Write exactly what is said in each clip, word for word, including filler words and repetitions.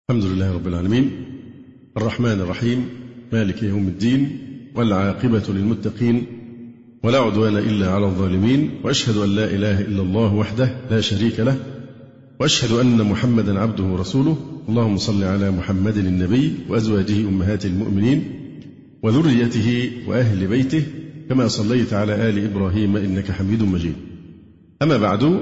الحمد لله رب العالمين الرحمن الرحيم مالك يوم الدين والعاقبة للمتقين ولا عدوان إلا على الظالمين، وأشهد أن لا إله إلا الله وحده لا شريك له، وأشهد أن محمدا عبده ورسوله. اللهم صل على محمد النبي وأزواجه أمهات المؤمنين وذريته وأهل بيته كما صليت على آل إبراهيم إنك حميد مجيد. أما بعد،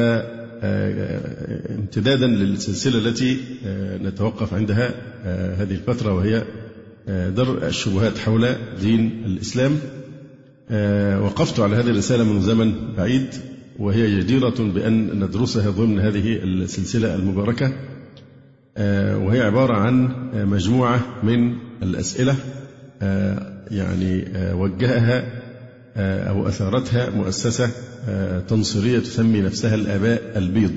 فامتدادا للسلسلة التي نتوقف عندها هذه الفترة، وهي درء الشبهات حول دين الإسلام، وقفت على هذه الرسالة من زمن بعيد، وهي جديرة بأن ندرسها ضمن هذه السلسلة المباركة، وهي عبارة عن مجموعة من الأسئلة يعني وجهها أو أثارتها مؤسسة تنصيرية تسمي نفسها الآباء البيض،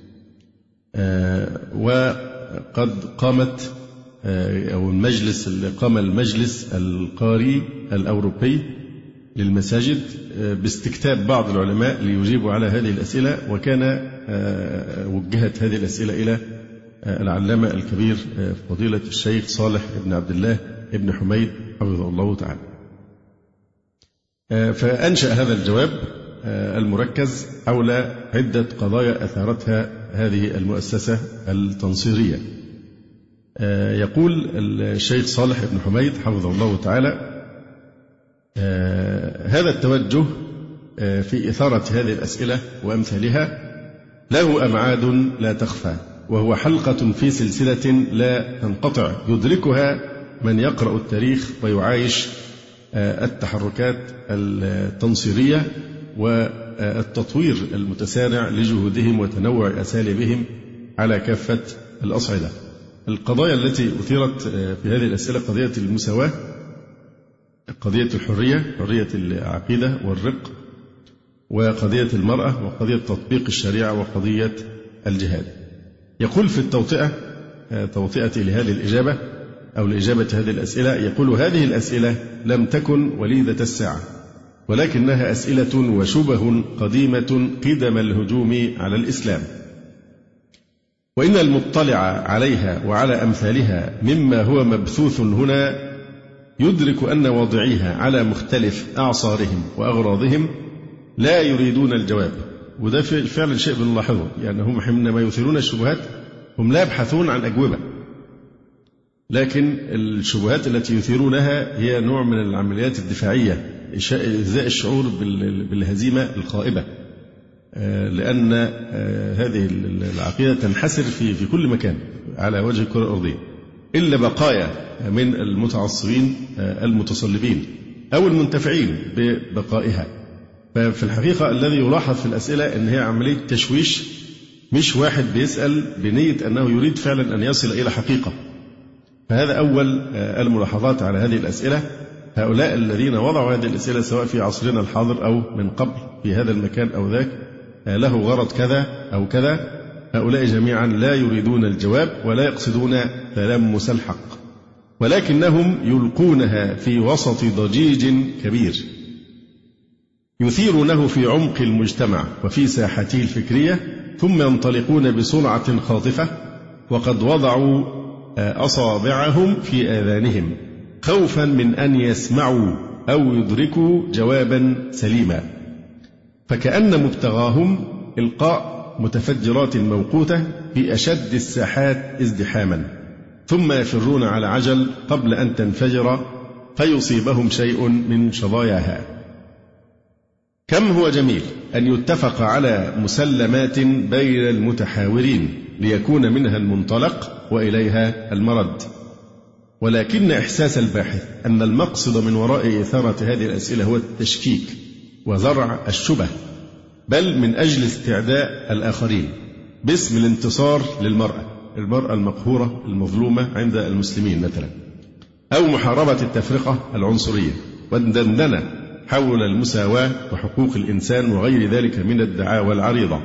وقد قامت أو المجلس اللي قام المجلس القاري الأوروبي للمساجد باستكتاب بعض العلماء ليجيبوا على هذه الأسئلة، وكان وجهت هذه الأسئلة إلى العلامة الكبير فضيلة الشيخ صالح بن عبد الله بن حميد حفظه الله تعالى. فأنشأ هذا الجواب المركز حول عدة قضايا أثارتها هذه المؤسسة التنصيرية. يقول الشيخ صالح بن حميد حفظه الله تعالى: هذا التوجه في إثارة هذه الأسئلة وأمثالها له أبعاد لا تخفى، وهو حلقة في سلسلة لا تنقطع يدركها من يقرأ التاريخ ويعايش التحركات التنصيرية والتطوير المتسارع لجهودهم وتنوع أساليبهم على كافة الأصعدة. القضايا التي أثيرت في هذه الأسئلة قضية المساواة، قضية الحرية، حرية العقيدة والرق، وقضية المرأة، وقضية تطبيق الشريعة، وقضية الجهاد. يقول في التوطئة توطئة لهذه الإجابة أو لإجابة هذه الأسئلة، يقول: هذه الأسئلة لم تكن وليدة الساعة، ولكنها أسئلة وشبه قديمة قدم الهجوم على الإسلام، وإن المطلع عليها وعلى أمثالها مما هو مبثوث هنا يدرك أن واضعيها على مختلف أعصارهم وأغراضهم لا يريدون الجواب. وده فعلا شيء بنلاحظه، يعني هم حينما يثيرون الشبهات هم لا يبحثون عن أجوبة، لكن الشبهات التي يثيرونها هي نوع من العمليات الدفاعية، إزاء الشعور بالهزيمة الخائبة، لأن هذه العقيدة تنحسر في في كل مكان على وجه الكرة الأرضية، إلا بقايا من المتعصبين المتصلبين أو المنتفعين ببقائها. ففي الحقيقة الذي يلاحظ في الأسئلة أن هي عملية تشويش، مش واحد بيسأل بنية أنه يريد فعلا أن يصل إلى حقيقة. فهذا أول الملاحظات على هذه الأسئلة. هؤلاء الذين وضعوا هذه الأسئلة سواء في عصرنا الحاضر أو من قبل في هذا المكان أو ذاك له غرض كذا أو كذا، هؤلاء جميعا لا يريدون الجواب ولا يقصدون تلمس الحق، ولكنهم يلقونها في وسط ضجيج كبير يثيرونه في عمق المجتمع وفي ساحته الفكرية، ثم ينطلقون بسرعة خاطفة وقد وضعوا أصابعهم في آذانهم خوفا من أن يسمعوا أو يدركوا جوابا سليما، فكأن مبتغاهم إلقاء متفجرات موقوتة في أشد الساحات ازدحاما، ثم يفرون على عجل قبل أن تنفجر فيصيبهم شيء من شظاياها. كم هو جميل أن يتفق على مسلمات بين المتحاورين ليكون منها المنطلق وإليها المرد، ولكن إحساس الباحث أن المقصد من وراء إثارة هذه الأسئلة هو التشكيك وزرع الشبه، بل من أجل استعداء الآخرين باسم الانتصار للمرأة، المرأة المقهورة المظلومة عند المسلمين مثلا، أو محاربة التفرقة العنصرية والدندنة حول المساواة وحقوق الإنسان وغير ذلك من الدعاوى العريضة.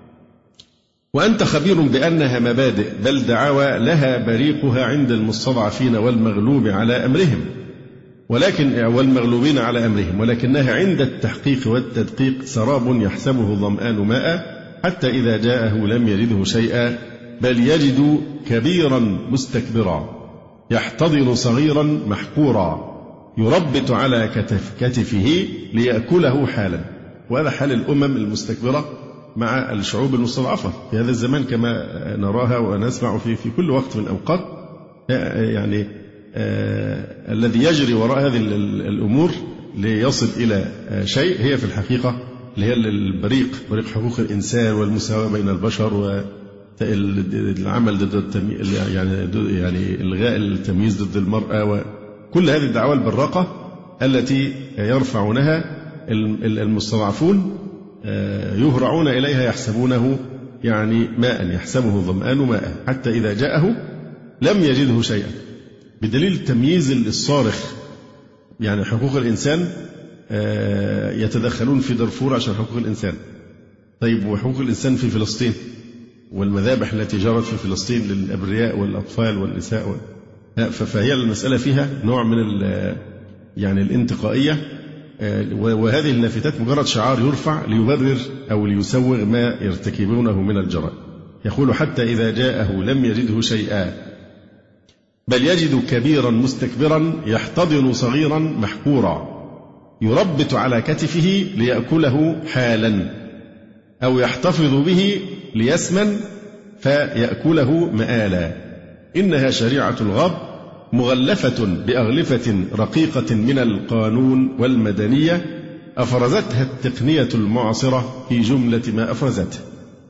وأنت خبير بأنها مبادئ بل دعاوى لها بريقها عند المستضعفين والمغلوب على أمرهم، ولكن والمغلوبين على أمرهم ولكنها عند التحقيق والتدقيق سراب يحسبه الظمآن ماء حتى إذا جاءه لم يرده شيئا بل يجد كبيرا مستكبرا يحتضن صغيرا محقورا يربت على كتف كتفه ليأكله حالا. وهذا حال الأمم المستكبرة مع الشعوب المستضعفة في هذا الزمان كما نراها ونسمع في في كل وقت من الأوقات. يعني آه الذي يجري وراء هذه الأمور ليصل إلى شيء هي في الحقيقة اللي هي البريق بريق حقوق الإنسان والمساواة بين البشر والعمل ضد التمييز، يعني يعني إلغاء التمييز ضد المرأة، وكل هذه الدعوة البراقة التي يرفعونها المستضعفون يهرعون إليها يحسبونه يعني ماء، يحسبه الظمآن ماء حتى إذا جاءه لم يجده شيئا، بدليل التمييز الصارخ. يعني حقوق الإنسان يتدخلون في دارفور عشان حقوق الإنسان. طيب وحقوق الإنسان في فلسطين والمذابح التي جرت في فلسطين للأبرياء والأطفال والنساء، فهي المسألة فيها نوع من يعني الانتقائية، وهذه اللافتات مجرد شعار يرفع ليبرر أو ليسوغ ما يرتكبونه من الجرائم. يقول حتى إذا جاءه لم يجده شيئا بل يجد كبيرا مستكبرا يحتضن صغيرا محقورا يربت على كتفه ليأكله حالا أو يحتفظ به ليسمن فيأكله مآلا. إنها شريعة الغاب مغلفة بأغلفة رقيقة من القانون والمدنية أفرزتها التقنية المعاصرة في جملة ما أفرزته.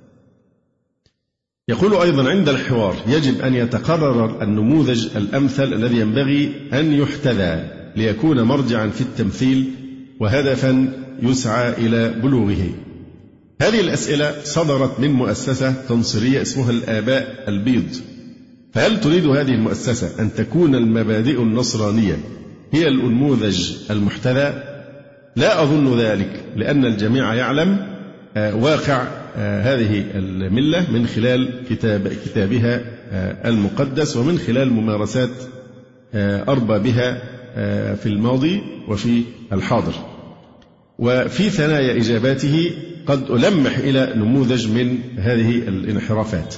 يقول أيضا عند الحوار يجب أن يتقرر النموذج الأمثل الذي ينبغي أن يحتذى ليكون مرجعا في التمثيل وهدفا يسعى إلى بلوغه. هذه الأسئلة صدرت من مؤسسة تنصيرية اسمها الآباء البيض. فهل تريد هذه المؤسسة أن تكون المبادئ النصرانية هي النموذج المحتذى؟ لا أظن ذلك، لأن الجميع يعلم واقع هذه الملة من خلال كتاب كتابها المقدس ومن خلال ممارسات أربابها في الماضي وفي الحاضر. وفي ثنايا إجاباته قد ألمح إلى نموذج من هذه الانحرافات.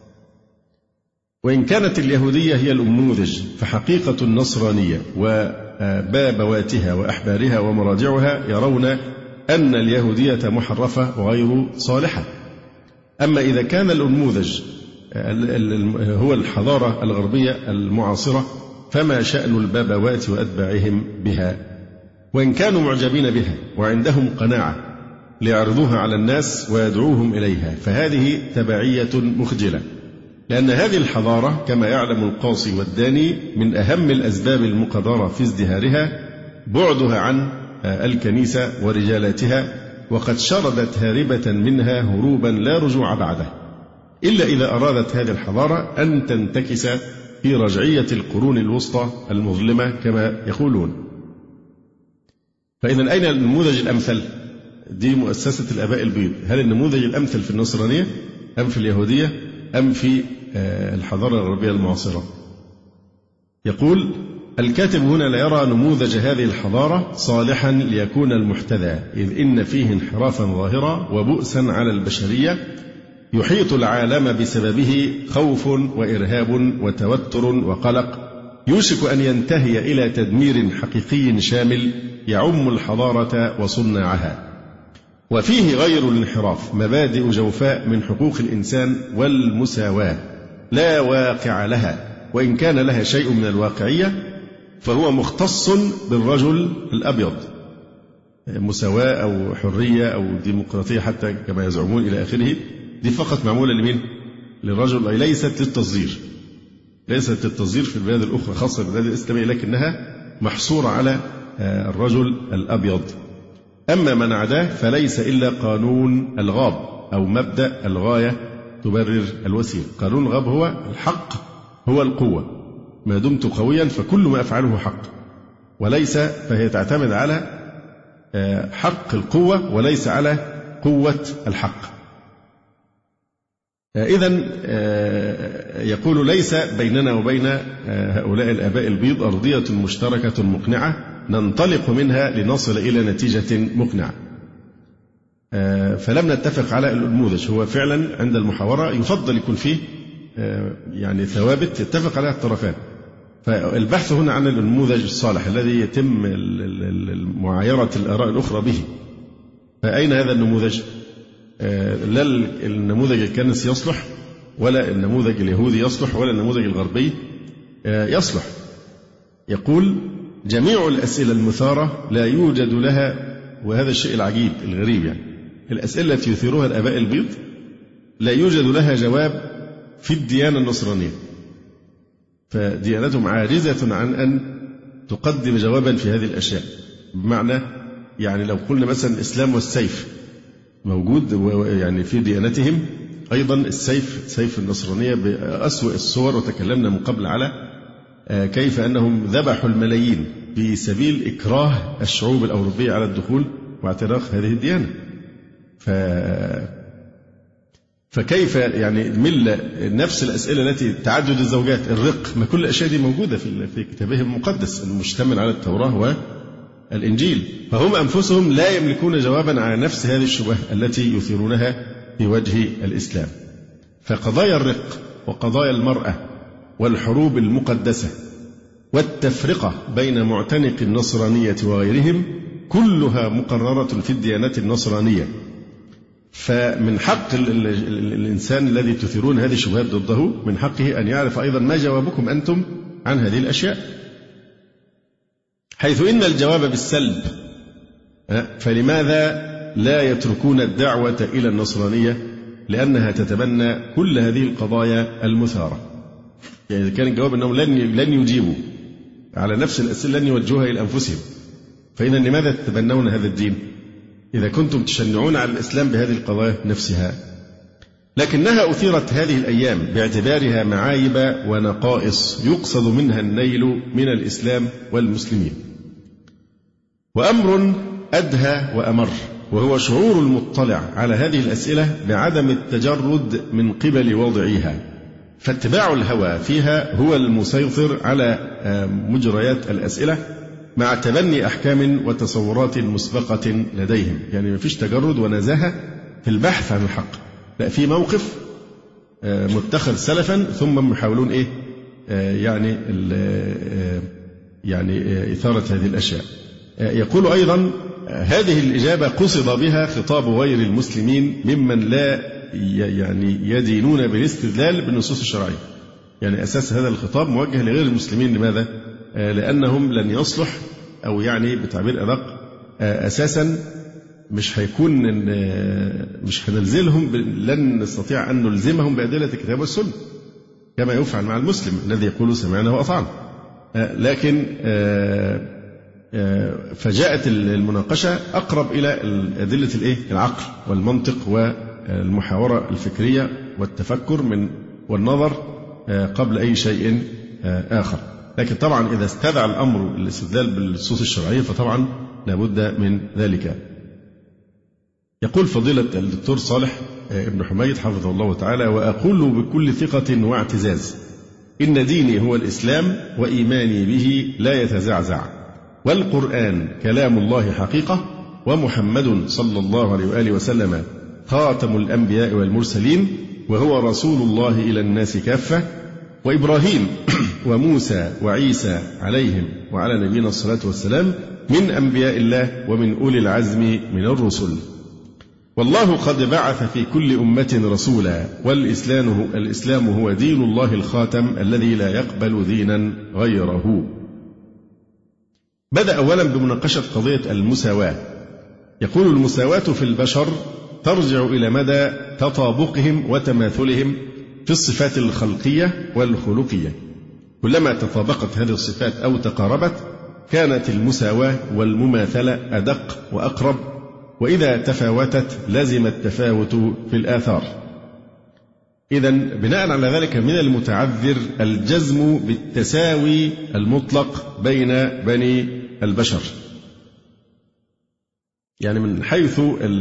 وإن كانت اليهودية هي النموذج فحقيقة النصرانية وبابواتها وأحبارها ومراجعها يرون أن اليهودية محرفة وغير صالحة. أما إذا كان النموذج هو الحضارة الغربية المعاصرة فما شأن البابوات وأتباعهم بها؟ وإن كانوا معجبين بها وعندهم قناعة ليعرضوها على الناس ويدعوهم إليها فهذه تبعية مخجلة، لأن هذه الحضارة كما يعلم القاصي والداني من أهم الأسباب المقررة في ازدهارها بعدها عن الكنيسة ورجالاتها، وقد شردت هاربة منها هروبا لا رجوع بعده، إلا إذا أرادت هذه الحضارة أن تنتكس في رجعية القرون الوسطى المظلمة كما يقولون. فإذا أين النموذج الأمثل؟ دي مؤسسة الآباء البيض. هل النموذج الأمثل في النصرانية أم في اليهودية أم في الحضارة الغربية المعاصرة؟ يقول الكاتب هنا لا يرى نموذج هذه الحضارة صالحا ليكون المحتذى، إذ إن فيه انحرافا ظاهرا وبؤسا على البشرية يحيط العالم بسببه خوف وإرهاب وتوتر وقلق يوشك أن ينتهي إلى تدمير حقيقي شامل يعم الحضارة وصناعها. وفيه غير الانحراف مبادئ جوفاء من حقوق الإنسان والمساواة لا واقع لها، وإن كان لها شيء من الواقعية فهو مختص بالرجل الأبيض، مساواة أو حرية أو ديمقراطية حتى كما يزعمون إلى آخره، دي فقط معمولة لمين؟ للرجل، أي ليست للتصدير، ليست للتصدير في البلاد الأخرى خاصة بالبلاد الإسلامية، لكنها محصورة على الرجل الأبيض. أما من عداه فليس إلا قانون الغاب أو مبدأ الغاية تبرر الوسيلة. قانون الغاب هو الحق، هو القوة، ما دمت قويا فكل ما أفعله حق، وليس فهي تعتمد على حق القوة وليس على قوة الحق. إذن يقول ليس بيننا وبين هؤلاء الآباء البيض أرضية مشتركة مقنعة ننطلق منها لنصل إلى نتيجة مقنعة. فلم نتفق على النموذج. هو فعلا عند المحاورة يفضل يكون فيه يعني ثوابت يتفق عليها الطرفان. فالبحث هنا عن النموذج الصالح الذي يتم معايرة الآراء الأخرى به. فأين هذا النموذج؟ لا النموذج الكنسي يصلح، ولا النموذج اليهودي يصلح، ولا النموذج الغربي يصلح. يقول: جميع الأسئلة المثارة لا يوجد لها، وهذا الشيء العجيب الغريب، يعني الأسئلة التي يثيرها الآباء البيض لا يوجد لها جواب في الديانة النصرانية، فديانتهم عاجزة عن أن تقدم جوابا في هذه الأشياء. بمعنى يعني لو قلنا مثلا الإسلام والسيف موجود يعني في ديانتهم، أيضا السيف سيف النصرانية بأسوأ الصور، وتكلمنا من قبل على كيف أنهم ذبحوا الملايين في سبيل إكراه الشعوب الأوروبية على الدخول واعتناق هذه الديانة. ف فكيف يعني ملة نفس الأسئلة التي تعدد الزوجات، الرق، ما كل الأشياء دي موجودة في في كتابهم المقدس المشتمل على التوراة والإنجيل. فهم أنفسهم لا يملكون جوابا على نفس هذه الشبهة التي يثيرونها في وجه الإسلام. فقضايا الرق وقضايا المرأة والحروب المقدسة والتفرقة بين معتنق النصرانية وغيرهم كلها مقررة في الديانة النصرانية. فمن حق ال ال ال الإنسان الذي تثيرون هذه الشبهات ضده من حقه أن يعرف أيضا ما جوابكم أنتم عن هذه الأشياء، حيث إن الجواب بالسلب. فلماذا لا يتركون الدعوة إلى النصرانية؟ لأنها تتبنى كل هذه القضايا المثارة. يعني إذا كان الجواب أنهم لن لن يجيبوا على نفس الأسئلة، لن يوجهوها إلى أنفسهم، فإذا لماذا تتبنون هذا الدين إذا كنتم تشنعون على الإسلام بهذه القضايا نفسها؟ لكنها أثيرت هذه الأيام باعتبارها معايب ونقائص يقصد منها النيل من الإسلام والمسلمين. وأمر أدهى وأمر، وهو شعور المطلع على هذه الأسئلة بعدم التجرد من قبل واضعيها، فاتباع الهوى فيها هو المسيطر على مجريات الأسئلة مع تبني أحكام وتصورات مسبقة لديهم. يعني ما فيش تجرد ونزاهة في البحث عن الحق، لا، في موقف متخذ سلفا ثم يحاولون إيه يعني يعني إثارة هذه الأشياء. يقول أيضا: هذه الإجابة قصد بها خطاب غير المسلمين ممن لا يعني يدينون بالاستدلال بالنصوص الشرعية. يعني أساس هذا الخطاب موجه لغير المسلمين. لماذا؟ لأنهم لن يصلح، أو يعني بتعبير أدق أساسا مش هيكون مش هنلزمهم، لن نستطيع أن نلزمهم بأدلة الكتاب والسنة كما يفعل مع المسلم الذي يقول سمعنا وأطعنا. لكن فجاءت المناقشة أقرب إلى أدلة الإيه؟ العقل والمنطق والمحاورة الفكرية والتفكر من والنظر قبل أي شيء آخر. لكن طبعا إذا استدعى الأمر الاستدلال بالنصوص الشرعية فطبعا لابد من ذلك. يقول فضيلة الدكتور صالح ابن حميد حفظه الله تعالى: وأقول بكل ثقة واعتزاز إن ديني هو الإسلام وإيماني به لا يتزعزع، والقرآن كلام الله حقيقة، ومحمد صلى الله عليه وآله وسلم خاتم الأنبياء والمرسلين، وهو رسول الله إلى الناس كافة، وإبراهيم وموسى وعيسى عليهم وعلى نبينا الصلاة والسلام من أنبياء الله ومن أولي العزم من الرسل، والله قد بعث في كل أمة رسولا، والإسلام الإسلام هو دين الله الخاتم الذي لا يقبل دينا غيره. بدأ أولا بمناقشة قضية المساواة. يقول: المساواة في البشر ترجع إلى مدى تطابقهم وتماثلهم في الصفات الخلقية والخلقية. كلما تطابقت هذه الصفات أو تقاربت كانت المساواة والمماثلة أدق وأقرب، وإذا تفاوتت لزم التفاوت في الآثار. إذن بناء على ذلك من المتعذر الجزم بالتساوي المطلق بين بني البشر. يعني من حيث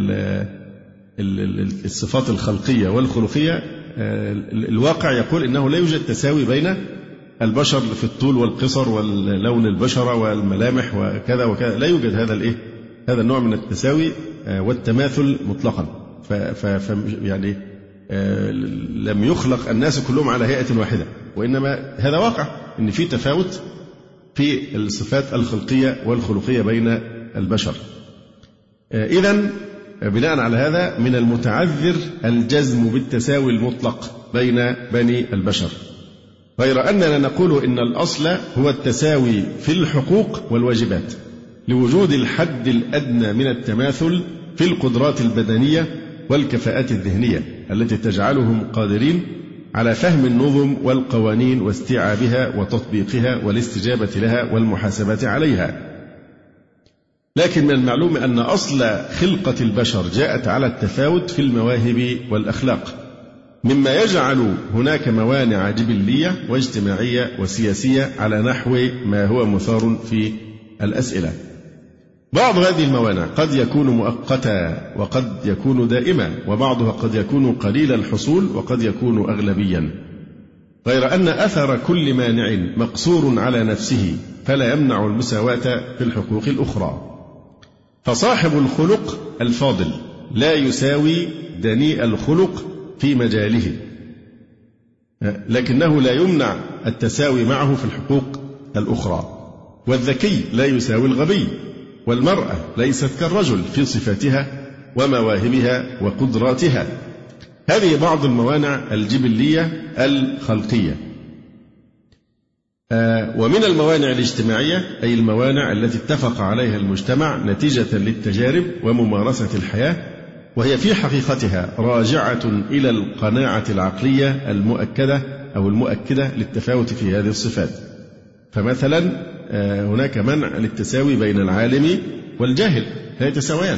الصفات الخلقية والخلقية الواقع يقول إنه لا يوجد تساوي بين البشر في الطول والقصر واللون البشرة والملامح وكذا وكذا، لا يوجد هذا الإيه هذا النوع من التساوي والتماثل مطلقا. ف يعني لم يخلق الناس كلهم على هيئة واحدة، وإنما هذا واقع إن في تفاوت في الصفات الخلقية والخلقية بين البشر. إذن بناء على هذا من المتعذر الجزم بالتساوي المطلق بين بني البشر، غير أننا نقول إن الأصل هو التساوي في الحقوق والواجبات لوجود الحد الأدنى من التماثل في القدرات البدنية والكفاءات الذهنية التي تجعلهم قادرين على فهم النظم والقوانين واستيعابها وتطبيقها والاستجابة لها والمحاسبة عليها. لكن من المعلوم أن أصل خلقة البشر جاءت على التفاوت في المواهب والأخلاق، مما يجعل هناك موانع جبلية واجتماعية وسياسية على نحو ما هو مثار في الأسئلة. بعض هذه الموانع قد يكون مؤقتا وقد يكون دائما، وبعضها قد يكون قليل الحصول وقد يكون أغلبيا، غير أن أثر كل مانع مقصور على نفسه فلا يمنع المساواة في الحقوق الأخرى. فصاحب الخلق الفاضل لا يساوي دنيء الخلق في مجاله، لكنه لا يمنع التساوي معه في الحقوق الأخرى. والذكي لا يساوي الغبي، والمرأة ليست كالرجل في صفاتها ومواهبها وقدراتها. هذه بعض الموانع الجبلية الخلقية. ومن الموانع الاجتماعية أي الموانع التي اتفق عليها المجتمع نتيجة للتجارب وممارسة الحياة، وهي في حقيقتها راجعة إلى القناعة العقلية المؤكدة أو المؤكدة للتفاوت في هذه الصفات. فمثلا هناك منع للتساوي بين العالم والجاهل، لا يتساويان،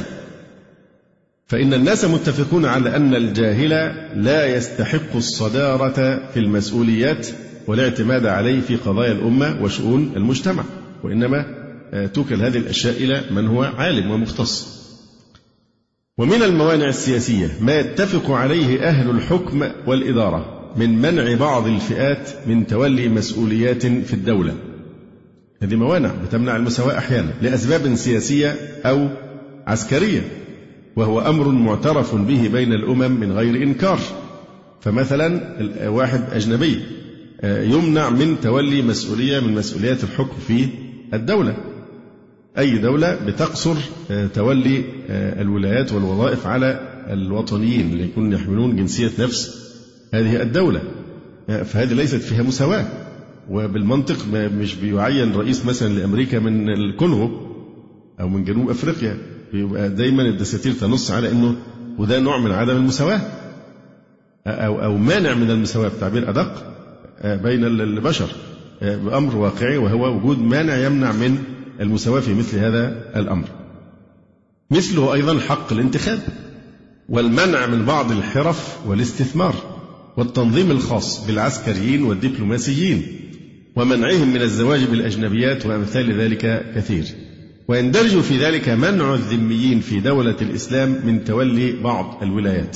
فإن الناس متفقون على أن الجاهل لا يستحق الصدارة في المسؤوليات والاعتماد عليه في قضايا الأمة وشؤون المجتمع، وإنما توكل هذه الأشياء إلى من هو عالم ومختص. ومن الموانع السياسية ما يتفق عليه أهل الحكم والإدارة من منع بعض الفئات من تولي مسؤوليات في الدولة. هذه موانع بتمنع المساواة أحيانا لأسباب سياسية أو عسكرية، وهو أمر معترف به بين الأمم من غير إنكار. فمثلا واحد أجنبي يمنع من تولي مسؤولية من مسؤوليات الحكم في الدولة. أي دولة بتقصر تولي الولايات والوظائف على الوطنيين اللي يكونوا يحملون جنسية نفس هذه الدولة، فهذه ليست فيها مساواة. وبالمنطق مش بيعين رئيس مثلا لأمريكا من الكونغو أو من جنوب أفريقيا، بيبقى دايما الدساتير تنص على أنه وده نوع من عدم المساواة أو أو مانع من المساواة بتعبير أدق بين البشر، بأمر واقعي وهو وجود مانع يمنع من المساواة في مثل هذا الأمر. مثله أيضا حق الانتخاب والمنع من بعض الحرف والاستثمار والتنظيم الخاص بالعسكريين والدبلوماسيين ومنعهم من الزواج بالأجنبيات وأمثال ذلك كثير. ويندرج في ذلك منع الذميين في دولة الإسلام من تولي بعض الولايات،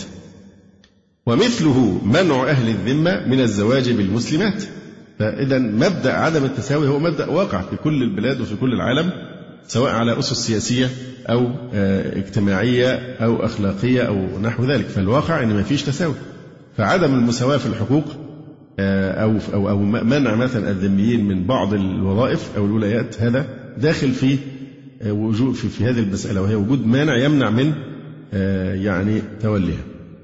ومثله منع أهل الذمة من الزواج بالمسلمات. فإذا مبدأ عدم التساوي هو مبدأ واقع في كل البلاد وفي كل العالم، سواء على أسس سياسية أو اجتماعية أو أخلاقية أو نحو ذلك. فالواقع أن ما فيش تساوي، فعدم المساواة في الحقوق أو أو أو منع مثلا الذميين من بعض الوظائف أو الولايات هذا داخل في وجود في, في هذه المسألة، وهي وجود مانع يمنع من يعني توليها.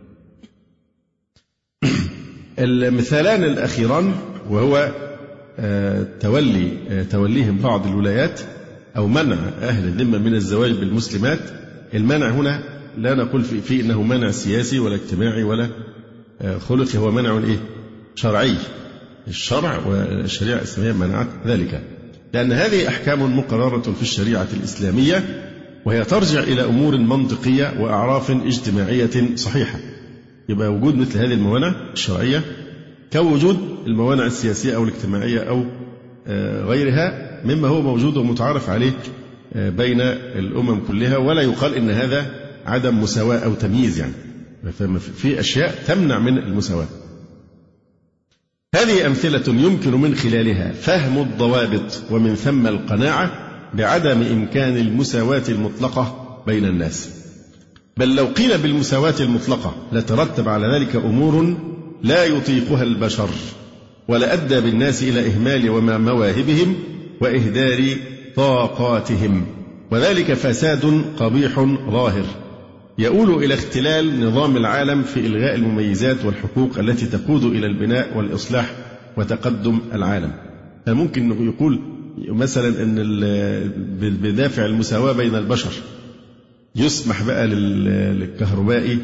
المثالان الأخيران وهو تولي توليهم بعض الولايات أو منع أهل الذمة من الزواج بالمسلمات. المنع هنا لا نقول فيه في إنه منع سياسي ولا اجتماعي ولا خلقي، هو منع إيه؟ شرعي. الشرع والشريعة الإسلامية منعت ذلك، لأن هذه أحكام مقررة في الشريعة الإسلامية، وهي ترجع إلى أمور منطقية وأعراف اجتماعية صحيحة. يبقى وجود مثل هذه الموانع الشرعية كوجود الموانع السياسية أو الاجتماعية أو غيرها مما هو موجود ومتعارف عليه بين الأمم كلها، ولا يقال إن هذا عدم مساواة أو تمييز. يعني في أشياء تمنع من المساواة. هذه أمثلة يمكن من خلالها فهم الضوابط ومن ثم القناعة بعدم إمكان المساواة المطلقة بين الناس. بل لو قيل بالمساواة المطلقة لترتب على ذلك أمور لا يطيقها البشر، ولأدى بالناس إلى إهمال مواهبهم وإهدار طاقاتهم، وذلك فساد قبيح ظاهر يؤول إلى اختلال نظام العالم في إلغاء المميزات والحقوق التي تقود إلى البناء والإصلاح وتقدم العالم. فممكن يقول مثلا أن بدافع المساواة بين البشر يسمح بقى للكهربائي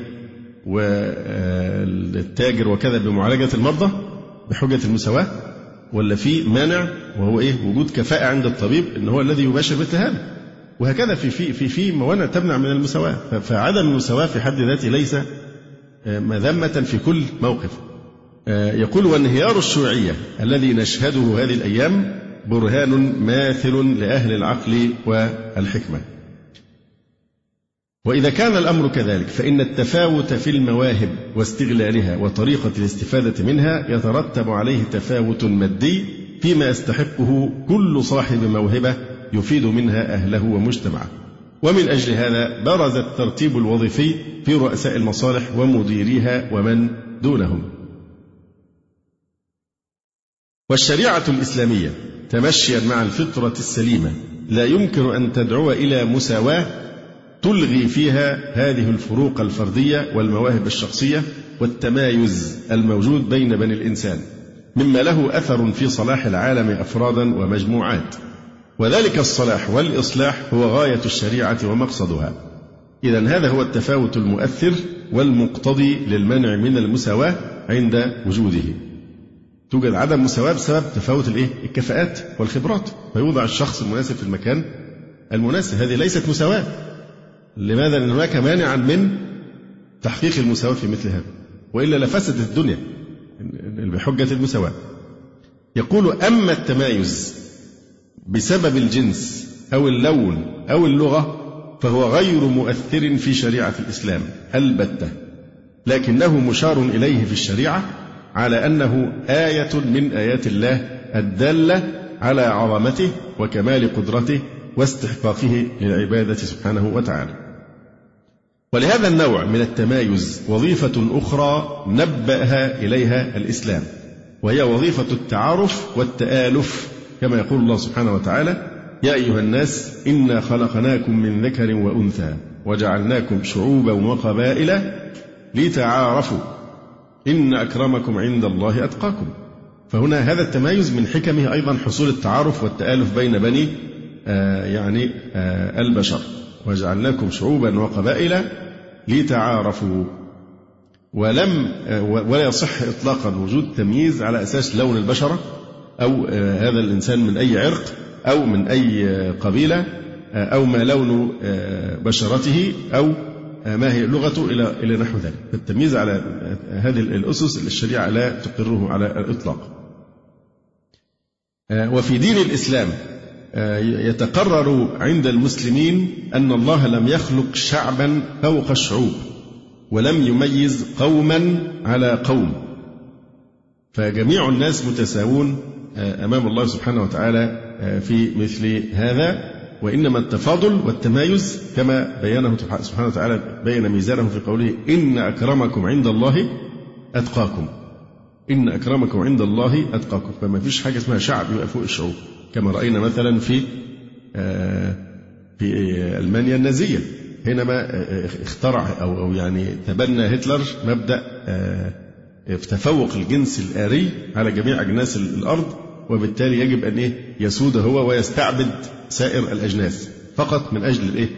والتاجر وكذا بمعالجة المرضى بحجة المساواة، ولا في مانع وهو إيه؟ وجود كفاءة عند الطبيب إن هو الذي يباشر مثل هذا، وهكذا في في في في موانع تمنع من المساواة. فعدم المساواة في حد ذاته ليس مذمة في كل موقف. يقول: وانهيار الشيوعية الذي نشهده هذه الأيام برهان ماثل لأهل العقل والحكمة. وإذا كان الأمر كذلك فإن التفاوت في المواهب واستغلالها وطريقة الاستفادة منها يترتب عليه تفاوت مادي فيما يستحقه كل صاحب موهبة يفيد منها أهله ومجتمعه. ومن أجل هذا برز الترتيب الوظيفي في رؤساء المصالح ومديريها ومن دونهم. والشريعة الإسلامية تمشيا مع الفطرة السليمة لا يمكن أن تدعو إلى مساواة تلغي فيها هذه الفروق الفردية والمواهب الشخصية والتمايز الموجود بين بني الإنسان، مما له أثر في صلاح العالم أفرادا ومجموعات، وذلك الصلاح والإصلاح هو غاية الشريعة ومقصدها. إذن هذا هو التفاوت المؤثر والمقتضي للمنع من المساواة عند وجوده. توجد عدم مساواة بسبب تفاوت الإيه؟ الكفاءات والخبرات، فيوضع الشخص المناسب في المكان المناسب. هذه ليست مساواة. لماذا؟ لأن هناك مانعا من تحقيق المساواة في مثل هذا، وإلا لفسدت الدنيا بحجة المساواة. يقول: أما التمايز بسبب الجنس أو اللون أو اللغة فهو غير مؤثر في شريعة الإسلام البتة، لكنه مشار إليه في الشريعة على أنه آية من آيات الله الدالة على عظمته وكمال قدرته واستحقاقه للعبادة سبحانه وتعالى. ولهذا النوع من التمايز وظيفة أخرى نبأها إليها الإسلام، وهي وظيفة التعارف والتآلف، كما يقول الله سبحانه وتعالى: يا أيها الناس إنا خلقناكم من ذكر وأنثى وجعلناكم شعوبا وقبائل لتعارفوا إن أكرمكم عند الله أتقاكم. فهنا هذا التمايز من حكمه أيضا حصول التعارف والتآلف بين بني آه يعني آه البشر، وجعلناكم شعوبا وقبائل لتعارفوا. ولم آه ولا يصح إطلاقا وجود تمييز على أساس لون البشرة أو آه هذا الإنسان من أي عرق أو من أي آه قبيلة آه أو ما لون آه بشرته أو آه ما هي لغته إلى إلى نحو ذلك. التمييز على آه هذه الأسس الشريعة لا تقره على الإطلاق. آه وفي دين الإسلام يتقرر عند المسلمين أن الله لم يخلق شعبا فوق الشعوب ولم يميز قوما على قوم، فجميع الناس متساوون أمام الله سبحانه وتعالى في مثل هذا، وإنما التفاضل والتمايز كما بينه سبحانه وتعالى بين ميزانه في قوله: إن أكرمكم عند الله أتقاكم. إن أكرمكم عند الله أتقاكم. فما فيش حاجة اسمها شعب يبقى فوق الشعوب، كما رأينا مثلا في في ألمانيا النازية حينما اخترع أو يعني تبنى هتلر مبدأ في تفوق الجنس الآري على جميع أجناس الأرض، وبالتالي يجب أن إيه يسود هو ويستعبد سائر الأجناس فقط من أجل الإيه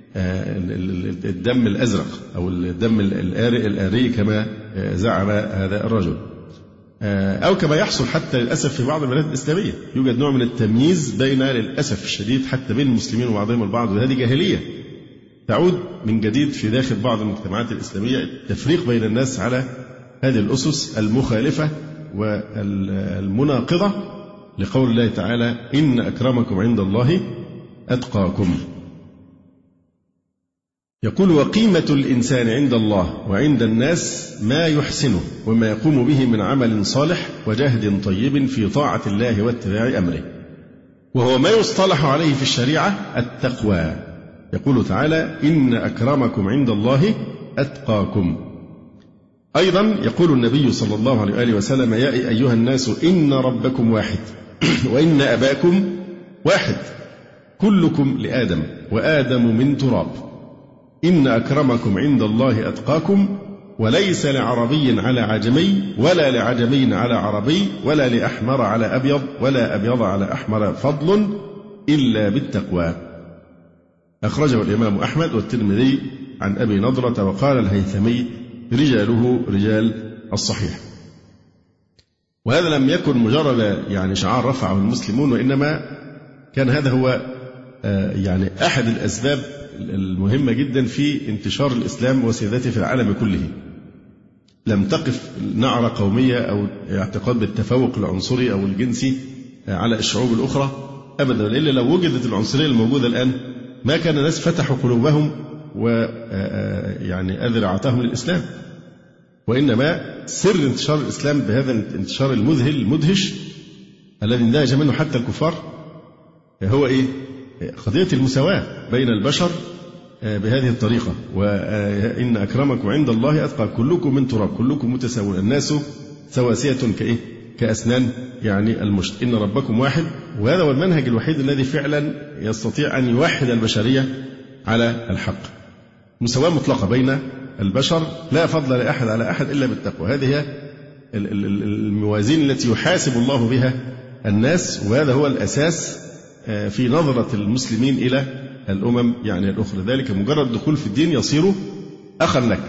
الدم الأزرق أو الدم الآري الآري كما زعم هذا الرجل. أو كما يحصل حتى للأسف في بعض البلاد الإسلامية يوجد نوع من التمييز بين للأسف الشديد حتى بين المسلمين وبعضهم البعض، وهذه جاهلية تعود من جديد في داخل بعض المجتمعات الإسلامية، التفريق بين الناس على هذه الأسس المخالفة والمناقضة لقول الله تعالى: إن أكرمكم عند الله أتقاكم. يقول: وقيمة الإنسان عند الله وعند الناس ما يحسنه وما يقوم به من عمل صالح وجهد طيب في طاعة الله واتباع أمره، وهو ما يصطلح عليه في الشريعة التقوى، يقول تعالى: إن أكرمكم عند الله أتقاكم. أيضا يقول النبي صلى الله عليه وآله وسلم: يا أيها الناس إن ربكم واحد وإن أباكم واحد كلكم لآدم وآدم من تراب إن أكرمكم عند الله أتقاكم وليس لعربي على عجمي ولا لعجمي على عربي ولا لأحمر على أبيض ولا أبيض على أحمر فضل إلا بالتقوى. أخرجه الإمام أحمد والترمذي عن أبي نضرة، وقال الهيثمي: رجاله رجال الصحيح. وهذا لم يكن مجرد يعني شعار رفعه المسلمون، وإنما كان هذا هو يعني أحد الأسباب المهمة جدا في انتشار الإسلام وسيادته في العالم كله. لم تقف نعرة قومية أو اعتقاد بالتفوق العنصري أو الجنسي على الشعوب الأخرى أبدا، إلا لو وجدت العنصرية الموجودة الآن ما كان الناس فتحوا قلوبهم ويعني أذرعتهم للإسلام. وإنما سر انتشار الإسلام بهذا الانتشار المذهل المدهش الذي اندهش منه حتى الكفار هو إيه؟ قضية المساواة بين البشر بهذه الطريقة. وإن أكرمكم عند الله أتقاكم كلكم من تراب كلكم متساوون الناس سواسية كإيه؟ كأسنان يعني المشط. إن ربكم واحد، وهذا هو المنهج الوحيد الذي فعلا يستطيع أن يوحد البشرية على الحق. مساواة مطلقة بين البشر، لا فضل لأحد على أحد إلا بالتقوى. هذه هي الموازين التي يحاسب الله بها الناس، وهذا هو الأساس في نظرة المسلمين إلى الأمم يعني الأخرى. ذلك مجرد الدخول في الدين يصير أخا لك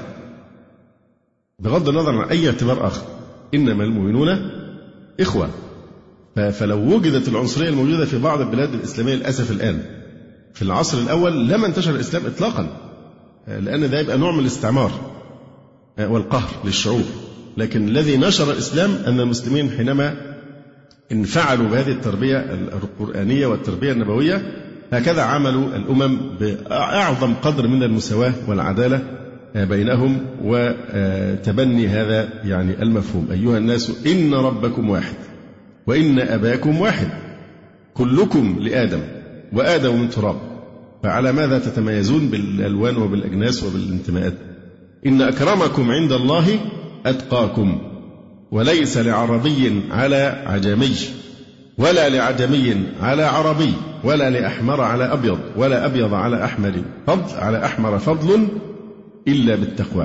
بغض النظر عن أي اعتبار آخر. إنما المؤمنون إخوة. فلو وجدت العنصرية الموجودة في بعض البلاد الإسلامية للأسف الآن في العصر الأول لما انتشر الإسلام إطلاقا، لأن ده يبقى نوع من الاستعمار والقهر للشعوب. لكن الذي نشر الإسلام أن المسلمين حينما انفعلوا بهذه التربية القرآنية والتربية النبوية هكذا عملوا الأمم بأعظم قدر من المساواة والعدالة بينهم وتبني هذا يعني المفهوم. أيها الناس إن ربكم واحد وإن أباكم واحد كلكم لآدم وآدم من تراب، فعلى ماذا تتميزون بالألوان وبالأجناس وبالانتماءات؟ إن أكرمكم عند الله أتقاكم وليس لعربي على عجمي ولا لعجمي على عربي ولا لأحمر على أبيض ولا أبيض على أحمر فضل على أحمر فضل إلا بالتقوى.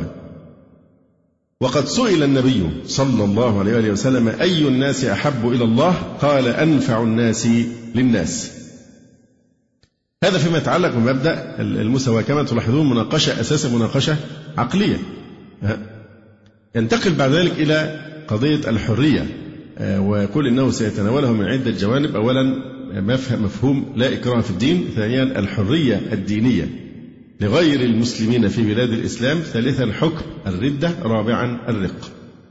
وقد سئل النبي صلى الله عليه وسلم: أي الناس أحب إلى الله؟ قال: أنفع الناس للناس. هذا فيما يتعلق بمبدأ المساواة. كما تلاحظون مناقشة أساسا مناقشة عقلية. ينتقل بعد ذلك إلى قضية الحرية، ويقول إنه سيتناوله من عدة جوانب. أولا مفهوم لا إكراه في الدين، ثانيا الحرية الدينية لغير المسلمين في بلاد الإسلام، ثالثا حكم الردة، رابعا الرق.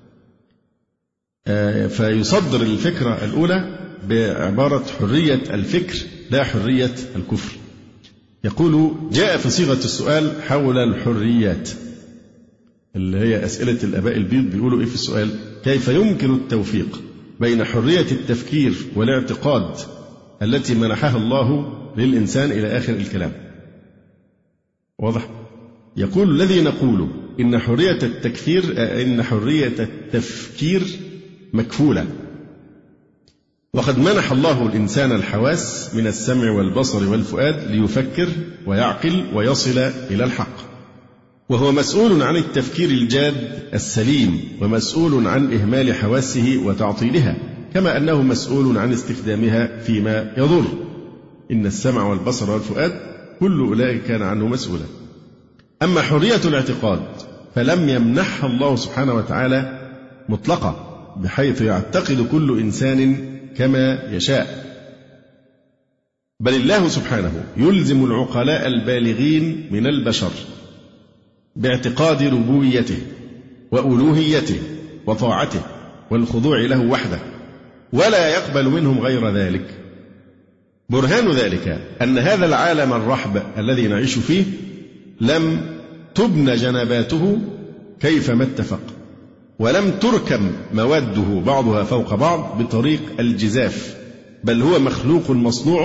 فيصدر الفكرة الأولى بعبارة حرية الفكر لا حرية الكفر. يقول: جاء في صيغة السؤال حول الحريات اللي هي أسئلة الآباء البيض، بيقولوا إيه في السؤال؟ كيف يمكن التوفيق بين حرية التفكير والاعتقاد التي منحها الله للإنسان إلى آخر الكلام. واضح؟ يقول: الذي نقول إن حرية التكفير إن حرية التفكير مكفولة، وقد منح الله الإنسان الحواس من السمع والبصر والفؤاد ليفكر ويعقل ويصل إلى الحق، وهو مسؤول عن التفكير الجاد السليم ومسؤول عن إهمال حواسه وتعطيلها، كما أنه مسؤول عن استخدامها فيما يضر. إن السمع والبصر والفؤاد كل أولئك كان عنه مسؤولا. أما حرية الاعتقاد فلم يمنحها الله سبحانه وتعالى مطلقة، بحيث يعتقد كل إنسان كما يشاء، بل الله سبحانه يلزم العقلاء البالغين من البشر باعتقاد ربوبيته وألوهيته وطاعته والخضوع له وحده، ولا يقبل منهم غير ذلك. برهان ذلك أن هذا العالم الرحب الذي نعيش فيه لم تبنى جنباته كيفما اتفق، ولم تركم مواده بعضها فوق بعض بطريق الجزاف، بل هو مخلوق مصنوع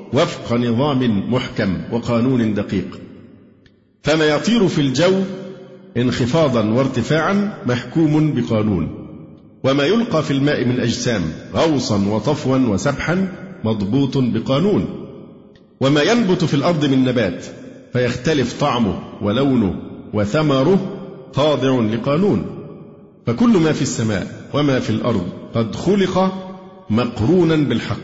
وفق نظام محكم وقانون دقيق. فما يطير في الجو انخفاضا وارتفاعا محكوم بقانون، وما يلقى في الماء من أجسام غوصا وطفوا وسبحا مضبوط بقانون، وما ينبت في الأرض من نبات فيختلف طعمه ولونه وثمره خاضع لقانون. فكل ما في السماء وما في الأرض قد خلق مقرونا بالحق.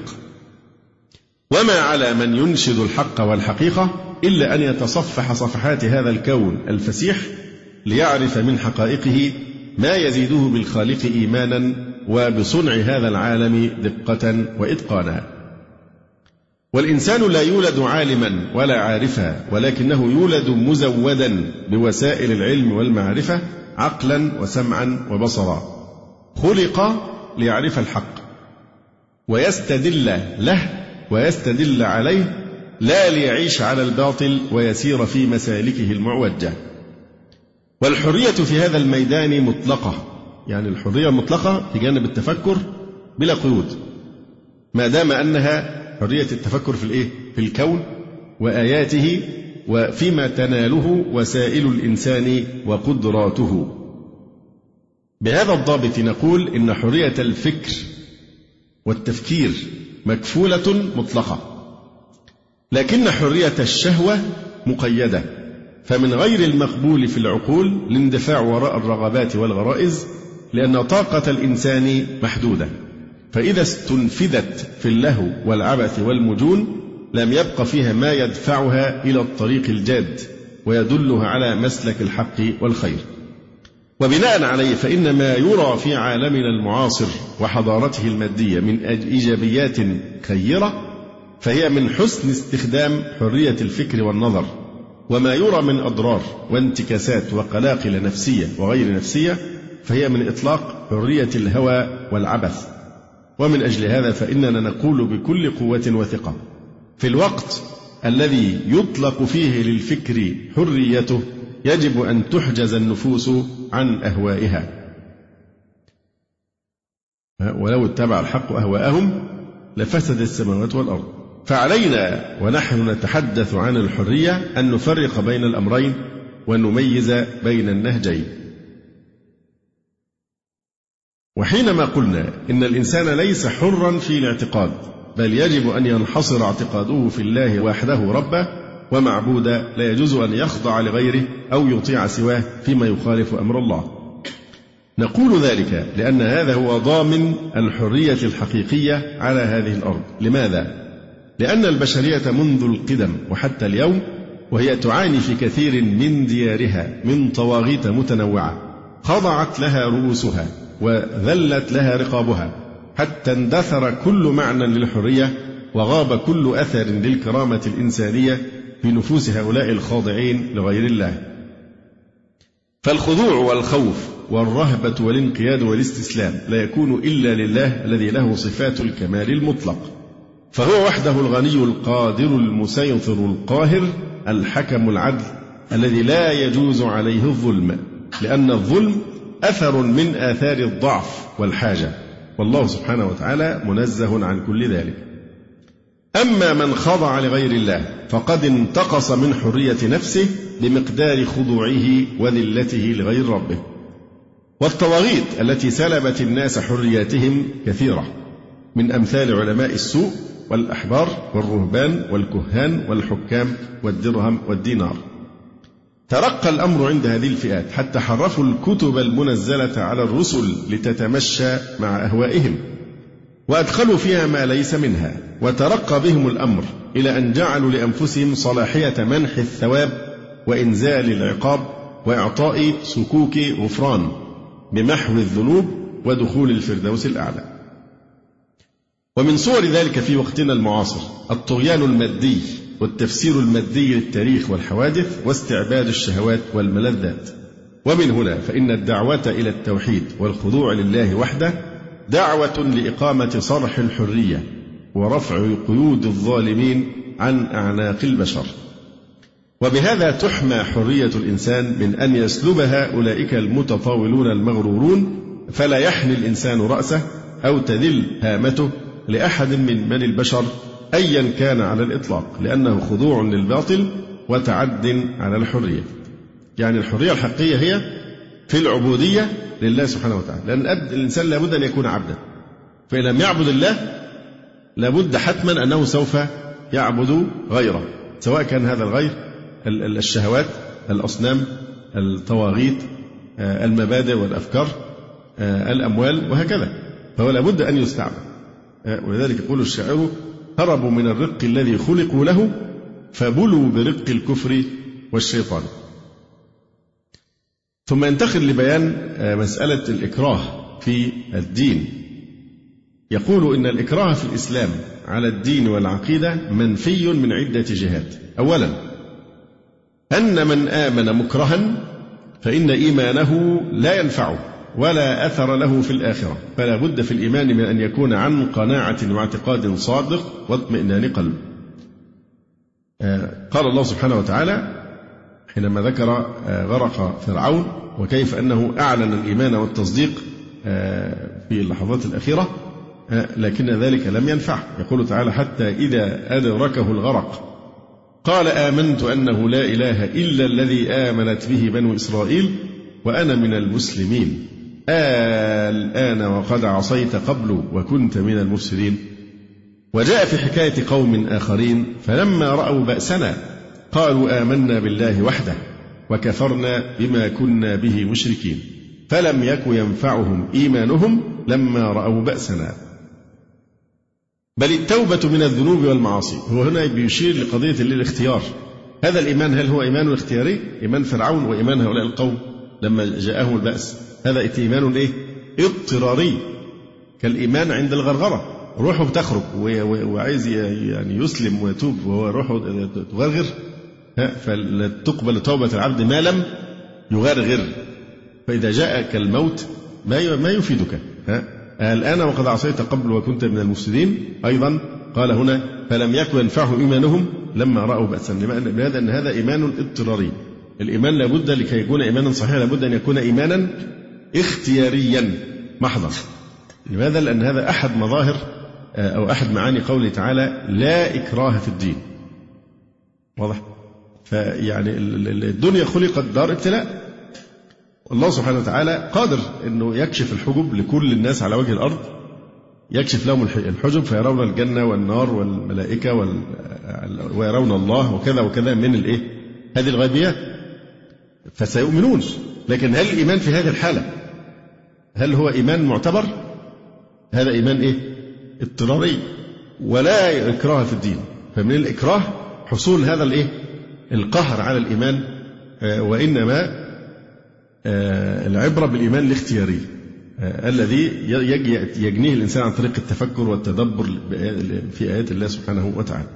وما على من ينشد الحق والحقيقة إلا أن يتصفح صفحات هذا الكون الفسيح ليعرف من حقائقه ما يزيده بالخالق إيمانا وبصنع هذا العالم دقة وإتقانا. والإنسان لا يولد عالما ولا عارفا، ولكنه يولد مزودا بوسائل العلم والمعرفة عقلا وسمعا وبصرا. خلق ليعرف الحق ويستدل له ويستدل عليه، لا ليعيش على الباطل ويسير في مسالكه المعوجة. والحرية في هذا الميدان مطلقة، يعني الحرية مطلقة في جانب التفكر بلا قيود، ما دام أنها حرية التفكر في الإيه؟ في الكون وآياته وفيما تناله وسائل الإنسان وقدراته. بهذا الضابط نقول إن حرية الفكر والتفكير مكفولة مطلقة، لكن حرية الشهوة مقيدة، فمن غير المقبول في العقول الاندفاع وراء الرغبات والغرائز، لأن طاقة الإنسان محدودة، فإذا استنفذت في اللهو والعبث والمجون لم يبق فيها ما يدفعها إلى الطريق الجاد ويدلها على مسلك الحق والخير. وبناء عليه فإن ما يرى في عالمنا المعاصر وحضارته المادية من إيجابيات خيرة فهي من حسن استخدام حرية الفكر والنظر، وما يرى من أضرار وانتكاسات وقلاقل نفسية وغير نفسية فهي من إطلاق حرية الهوى والعبث. ومن أجل هذا فإننا نقول بكل قوة وثقة في الوقت الذي يطلق فيه للفكر حريته يجب أن تحجز النفوس عن أهوائها، ولو اتبع الحق أهواءهم لفسد السماوات والأرض. فعلينا ونحن نتحدث عن الحرية أن نفرق بين الأمرين ونميز بين النهجين. وحينما قلنا إن الإنسان ليس حرا في الاعتقاد، بل يجب أن ينحصر اعتقاده في الله وحده ربه ومعبودا، لا يجوز أن يخضع لغيره أو يطيع سواه فيما يخالف أمر الله. نقول ذلك لأن هذا هو ضامن الحرية الحقيقية على هذه الأرض. لماذا؟ لأن البشرية منذ القدم وحتى اليوم وهي تعاني في كثير من ديارها من طواغيت متنوعة خضعت لها رؤوسها وذلت لها رقابها، حتى اندثر كل معنى للحرية وغاب كل أثر للكرامة الإنسانية في نفوس هؤلاء الخاضعين لغير الله. فالخضوع والخوف والرهبة والانقياد والاستسلام لا يكون إلا لله الذي له صفات الكمال المطلق، فهو وحده الغني القادر المسيطر القاهر الحكم العدل الذي لا يجوز عليه الظلم، لأن الظلم أثر من آثار الضعف والحاجة، والله سبحانه وتعالى منزه عن كل ذلك. أما من خضع لغير الله فقد انتقص من حرية نفسه بمقدار خضوعه وذلته لغير ربه. والطواغيت التي سلبت الناس حرياتهم كثيرة، من أمثال علماء السوء والأحبار والرهبان والكهان والحكام والدرهم والدينار. ترقى الأمر عند هذه الفئات حتى حرفوا الكتب المنزلة على الرسل لتتمشى مع أهوائهم، وأدخلوا فيها ما ليس منها، وترقى بهم الأمر إلى أن جعلوا لأنفسهم صلاحية منح الثواب وإنزال العقاب وإعطاء سكوك غفران بمحو الذنوب ودخول الفردوس الأعلى. ومن صور ذلك في وقتنا المعاصر الطغيان المادي والتفسير المادي للتاريخ والحوادث واستعباد الشهوات والملذات. ومن هنا فإن الدعوة إلى التوحيد والخضوع لله وحده دعوة لإقامة صرح الحرية ورفع قيود الظالمين عن أعناق البشر. وبهذا تحمى حرية الإنسان من أن يسلبها أولئك المتطاولون المغرورون، فلا يحني الإنسان رأسه أو تذل هامته لأحد من من البشر أيا كان على الإطلاق، لأنه خضوع للباطل وتعد على الحرية. يعني الحرية الحقيقية هي في العبودية لله سبحانه وتعالى، لأن الإنسان لابد أن يكون عبدا، فإن لم يعبد الله لابد حتما أنه سوف يعبد غيره، سواء كان هذا الغير الشهوات، الأصنام، الطواغيت، المبادئ والأفكار، الأموال، وهكذا. فهو لابد أن يستعبد. ولذلك يقول الشاعر: هربوا من الرق الذي خلقوا له فبلوا برق الكفر والشيطان. ثم ينتقل لبيان مسألة الإكراه في الدين. يقول إن الإكراه في الإسلام على الدين والعقيدة منفي من عدة جهات. أولا، أن من آمن مكرها فإن إيمانه لا ينفعه ولا أثر له في الآخرة، فلا بد في الإيمان من أن يكون عن قناعة واعتقاد صادق واطمئنان قلب. قال الله سبحانه وتعالى حينما ذكر غرق فرعون وكيف أنه أعلن الإيمان والتصديق في اللحظات الأخيرة، لكن ذلك لم ينفع. يقول تعالى: حتى إذا أدركه الغرق قال آمنت أنه لا إله إلا الذي آمنت به بنو إسرائيل وأنا من المسلمين الآن وقد عصيت قبل وكنت من المفسدين. وجاء في حكاية قوم آخرين فلما رأوا بأسنا قالوا آمنا بالله وحده وكفرنا بما كنا به مشركين فلم يك ينفعهم إيمانهم لما رأوا بأسنا. بل التوبة من الذنوب والمعاصي. هو هنا بيشير لقضية الاختيار. هذا الإيمان هل هو إيمان اختياري؟ إيمان فرعون وإيمان هؤلاء القوم لما جاءهم البأس، هذا إيمان إيه؟ اضطراري، كالإيمان عند الغرغرة، روحه بتخرج وعايز يعني يسلم ويتوب وهو روحه تغرغر، فلتقبل توبة العبد ما لم يغرغر. فإذا جاءك الموت ما يفيدك. الآن وقد عصيت قبل وكنت من المفسدين. أيضا قال هنا فلم يكن ينفعهم إيمانهم لما رأوا بأسا، لماذا؟ أن هذا إيمان اضطراري. الإيمان لابد لكي يكون إيمانا صحيحا لابد أن يكون إيمانا اختياريا محضا. لماذا؟ لأن هذا أحد مظاهر أو أحد معاني قوله تعالى لا إكراه في الدين. واضح؟ فيعني الدنيا خلقت دار ابتلاء. الله سبحانه وتعالى قادر أنه يكشف الحجب لكل الناس على وجه الأرض، يكشف لهم الحجب فيرون الجنة والنار والملائكة وال... ويرون الله وكذا وكذا من الإيه؟ هذه الغيبيات، فسيؤمنون. لكن هل الإيمان في هذه الحالة هل هو إيمان معتبر؟ هذا إيمان إيه؟ اضطراري، ولا إكراه في الدين. فمن الإكراه حصول هذا الإيه؟ القهر على الإيمان، وإنما العبرة بالإيمان الاختياري الذي يجنيه الإنسان عن طريق التفكر والتدبر في آيات الله سبحانه وتعالى.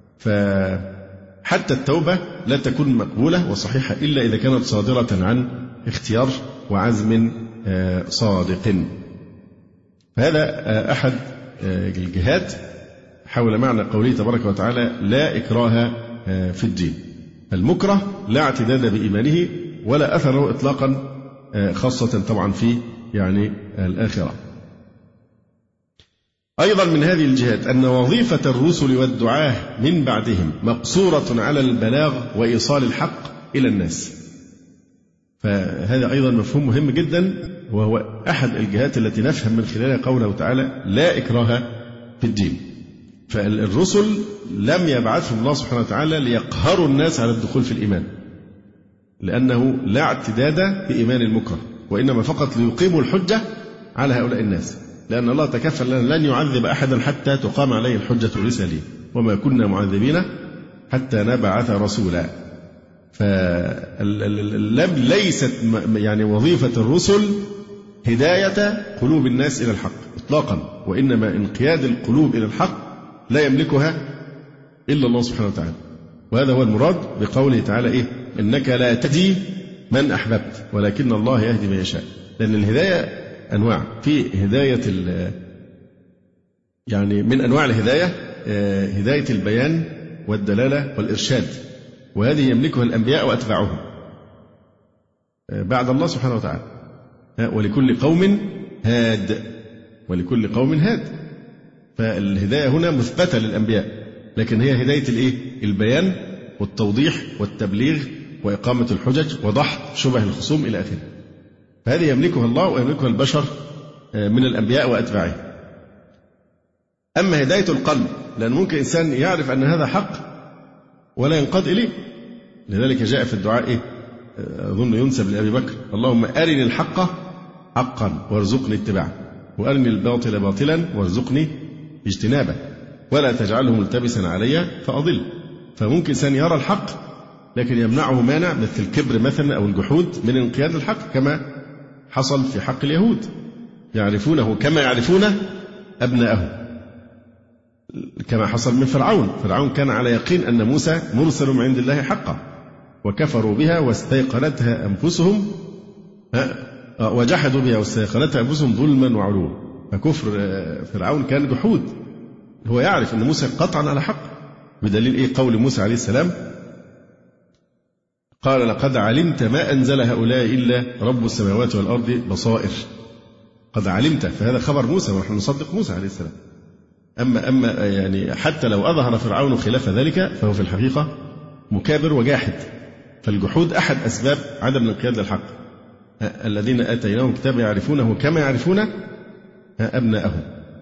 فحتى التوبة لا تكون مقبولة وصحيحة إلا إذا كانت صادرة عن اختيار وعزم صادق. فهذا أحد الجهات حول معنى قوله تبارك وتعالى لا إكراه في الدين. المكره لا اعتداد بإيمانه ولا أثره إطلاقا، خاصة طبعا في يعني الآخرة. أيضا من هذه الجهات أن وظيفة الرسل والدعاة من بعدهم مقصورة على البلاغ وإيصال الحق إلى الناس. فهذا أيضا مفهوم مهم جدا، وهو أحد الجهات التي نفهم من خلالها قوله تعالى لا إكراه في الدين. فالرسل لم يبعثهم الله سبحانه وتعالى ليقهروا الناس على الدخول في الإيمان، لأنه لا اعتداد بإيمان المكره، وإنما فقط ليقيموا الحجة على هؤلاء الناس، لأن الله تكفل لنا لن يعذب أحدا حتى تقام عليه الحجة الرسالية، وما كنا معذبين حتى نبعث رسولا. فليست يعني وظيفة الرسل هداية قلوب الناس إلى الحق إطلاقا، وإنما انقياد القلوب إلى الحق لا يملكها إلا الله سبحانه وتعالى. وهذا هو المراد بقوله تعالى إيه؟ إنك لا تهدي من أحببت ولكن الله يهدي من يشاء. لأن الهداية أنواع، في هداية يعني من أنواع الهداية هداية البيان والدلالة والإرشاد، وهذه يملكها الأنبياء وأتباعهم بعد الله سبحانه وتعالى. ولكل قوم هاد، ولكل قوم هاد. فالهداية هنا مثبتة للأنبياء، لكن هي هداية الإيه؟ البيان والتوضيح والتبليغ وإقامة الحجج وضحك شبه الخصوم إلى آخره. فهذه يملكها الله ويملكها البشر من الأنبياء وأتباعه. أما هداية القلب، لأن ممكن إنسان يعرف أن هذا حق ولا ينقاد إليه. لذلك جاء في الدعاء إيه؟ أظن ينسب لأبي بكر: اللهم أرني الحق حقا وارزقني اتباعه، وأرني الباطل باطلا وارزقني اجتنابه، ولا تجعله ملتبسا علي فأضل. فممكن إنسان يرى الحق لكن يمنعه مانع مثل الكبر مثلا أو الجحود من انقياد الحق، كما حصل في حق اليهود، يعرفونه كما يعرفون أبناءهم، كما حصل من فرعون. فرعون كان على يقين أن موسى مرسل من عند الله حقا، وكفروا بها واستيقنتها أنفسهم وجحدوا بها واستيقنتها أنفسهم ظلما وعلوا. فكفر فرعون كان جحود، هو يعرف أن موسى قطعا على حق، بدليل إيه؟ قول موسى عليه السلام: قال لقد علمت ما أنزل هؤلاء إلا رب السماوات والأرض بصائر. قد علمت، فهذا خبر موسى ونحن نصدق موسى عليه السلام. أما أما يعني حتى لو أظهر فرعون خلاف ذلك فهو في الحقيقة مكابر وجاحد. فالجحود أحد أسباب عدم الانقياد للحق. الذين آتيناهم كتاب يعرفونه كما يعرفون أبناءهم.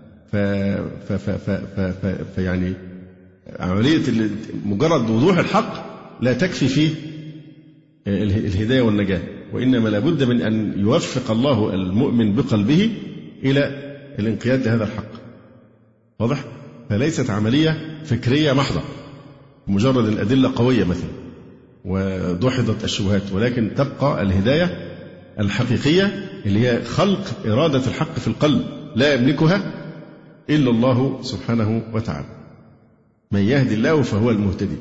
فيعني عملية مجرد وضوح الحق لا تكفي فيه الهداية والنجاة، وإنما لابد من أن يوفق الله المؤمن بقلبه إلى الانقياد لهذا الحق. واضح؟ فليست عملية فكرية محضة مجرد الأدلة قوية مثلا ودحضت الشبهات، ولكن تبقى الهداية الحقيقية اللي هي خلق إرادة الحق في القلب، لا يملكها إلا الله سبحانه وتعالى. من يهدي الله فهو المهتدي،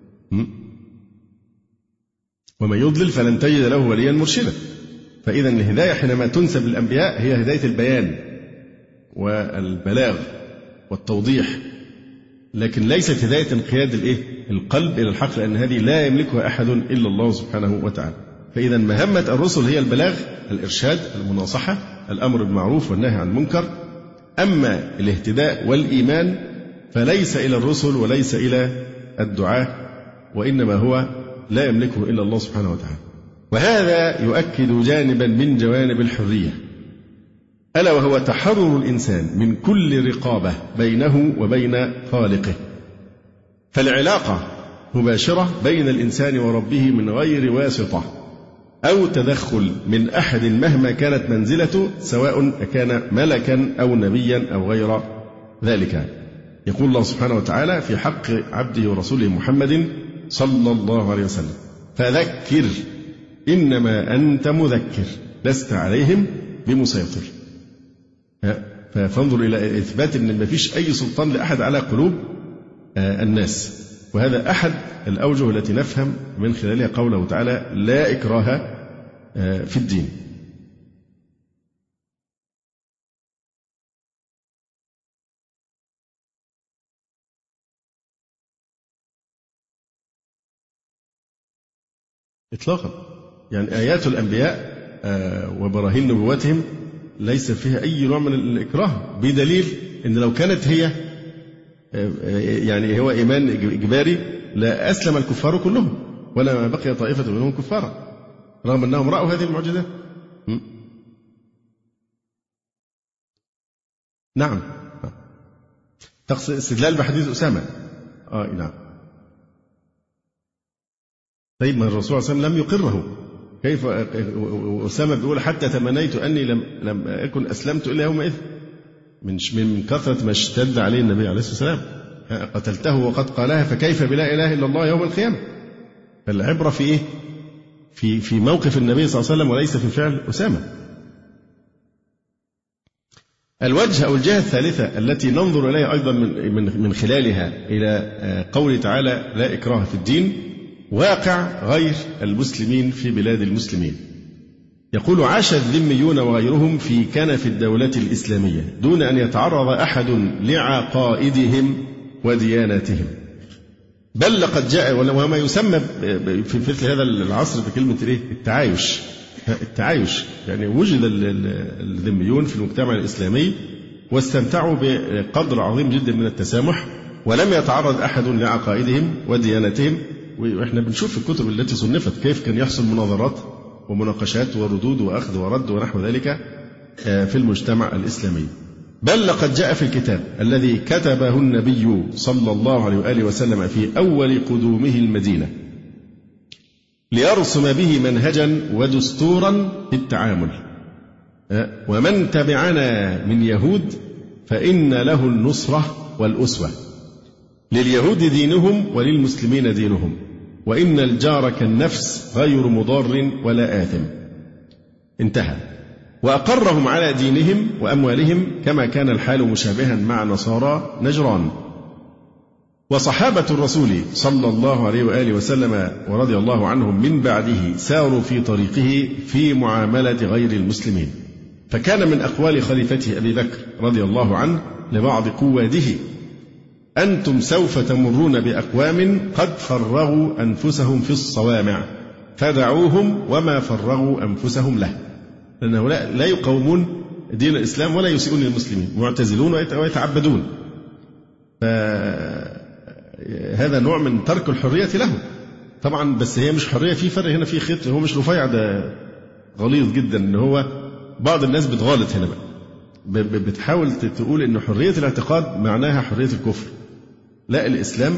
ومن يضلل فلن تجد له وليا مرشدا. فإذا الهداية حينما تنسب للأنبياء هي هداية البيان والبلاغ والتوضيح، لكن ليست هداية انقياد الإيه؟ القلب إلى الحق، لأن هذه لا يملكها أحد إلا الله سبحانه وتعالى. فإذا مهمة الرسل هي البلاغ، الإرشاد، المناصحة، الأمر بالمعروف والنهي عن المنكر. أما الاهتداء والإيمان فليس إلى الرسل وليس إلى الدعاة، وإنما هو لا يملكه إلا الله سبحانه وتعالى. وهذا يؤكد جانبا من جوانب الحرية، ألا وهو تحرر الإنسان من كل رقابة بينه وبين خالقه. فالعلاقة مباشرة بين الإنسان وربه من غير واسطة أو تدخل من أحد مهما كانت منزلته، سواء كان ملكا أو نبيا أو غير ذلك. يقول الله سبحانه وتعالى في حق عبده ورسوله محمد صلى الله عليه وسلم: فذكر إنما أنت مذكر لست عليهم بمسيطر. فانظر إلى إثبات أن ما فيش أي سلطان لأحد على قلوب الناس، وهذا أحد الأوجه التي نفهم من خلالها قوله تعالى: لا إكراه في الدين. إطلاقا. يعني آيات الأنبياء وبراهين نبوتهم ليس فيها أي نوع من الإكراه، بدليل أن لو كانت هي يعني هو إيمان إجباري لا أسلم الكفار كلهم ولا ما بقي طائفة منهم كفارا رغم أنهم رأوا هذه المعجزات. نعم، تقصد استدلال بحديث أسامة. آه نعم. طيب ما الرسول صلى الله عليه وسلم لم يقره، كيف أسامة بيقول حتى تمنيت أني لم لم أكن أسلمت إلا يومئذ، من من كثرة ما اشتد عليه النبي عليه الصلاة والسلام. قتلته وقد قالها فكيف بلا إله إلا الله يوم القيامة. فالعبرة في إيه؟ في في موقف النبي صلى الله عليه وسلم وليس في فعل أسامة. الوجه أو الجهة الثالثة التي ننظر إليها أيضا من من من خلالها إلى قوله تعالى: لا إكراه في الدين، واقع غير المسلمين في بلاد المسلمين. يقول: عاش الذميون وغيرهم في كنف الدولة الإسلامية دون أن يتعرض أحد لعقائدهم ودياناتهم، بل لقد جاء وما يسمى في مثل هذا العصر بكلمة التعايش. التعايش يعني وجد الذميون في المجتمع الإسلامي واستمتعوا بقدر عظيم جدا من التسامح، ولم يتعرض أحد لعقائدهم وديانتهم. وإحنا بنشوف في الكتب التي صنفت كيف كان يحصل مناظرات ومناقشات وردود وأخذ ورد ونحو ذلك في المجتمع الإسلامي. بل لقد جاء في الكتاب الذي كتبه النبي صلى الله عليه وآله وسلم في أول قدومه المدينة ليرسم به منهجا ودستورا في التعامل، ومن تبعنا من يهود فإن له النصرة والأسوة، لليهود دينهم وللمسلمين دينهم، وإن الجار كالنفس غير مضار ولا آثم. انتهى. وأقرهم على دينهم وأموالهم كما كان الحال مشابها مع نصارى نجران. وصحابة الرسول صلى الله عليه وآله وسلم ورضي الله عنهم من بعده ساروا في طريقه في معاملة غير المسلمين. فكان من أقوال خليفته أبي بكر رضي الله عنه لبعض قواده: أنتم سوف تمرون بأقوام قد فرغوا أنفسهم في الصوامع فدعوهم وما فرغوا أنفسهم له، لأن هؤلاء لا يقاومون دين الإسلام ولا يسيئون للمسلمين، معتزلون ويتعبدون. فهذا نوع من ترك الحرية له طبعا، بس هي مش حرية، في فرق هنا، في خيط، هو مش رفيع، ده غليظ جدا. إن هو بعض الناس بتغالط هنا بقى، بتحاول تقول إن حرية الاعتقاد معناها حرية الكفر. لا، الإسلام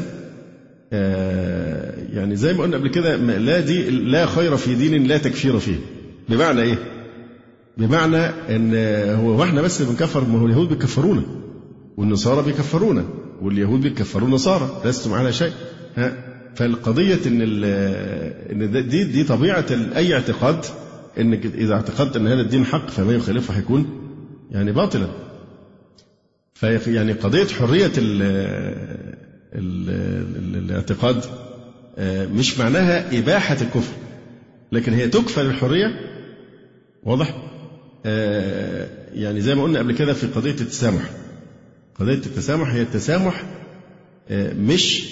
يعني زي ما قلنا قبل كده، لا دي لا خير في دين لا تكفير فيه. بمعنى إيه؟ بمعنى إن هو إحنا بس بنكفر، ما هو اليهود بيكفرونا والنصارى بيكفرونا واليهود بيكفروا النصارى، لستم على شيء. ها، فالقضية إن إن دي دي طبيعة أي اعتقاد، إنك إذا اعتقدت أن هذا الدين حق فما يخالفه هيكون يعني باطلا. فيعني قضية حرية ال ال ال الاعتقاد مش معناها إباحة الكفر، لكن هي تكفل الحرية. واضح؟ يعني زي ما قلنا قبل كده في قضية التسامح. قضية التسامح هي التسامح مش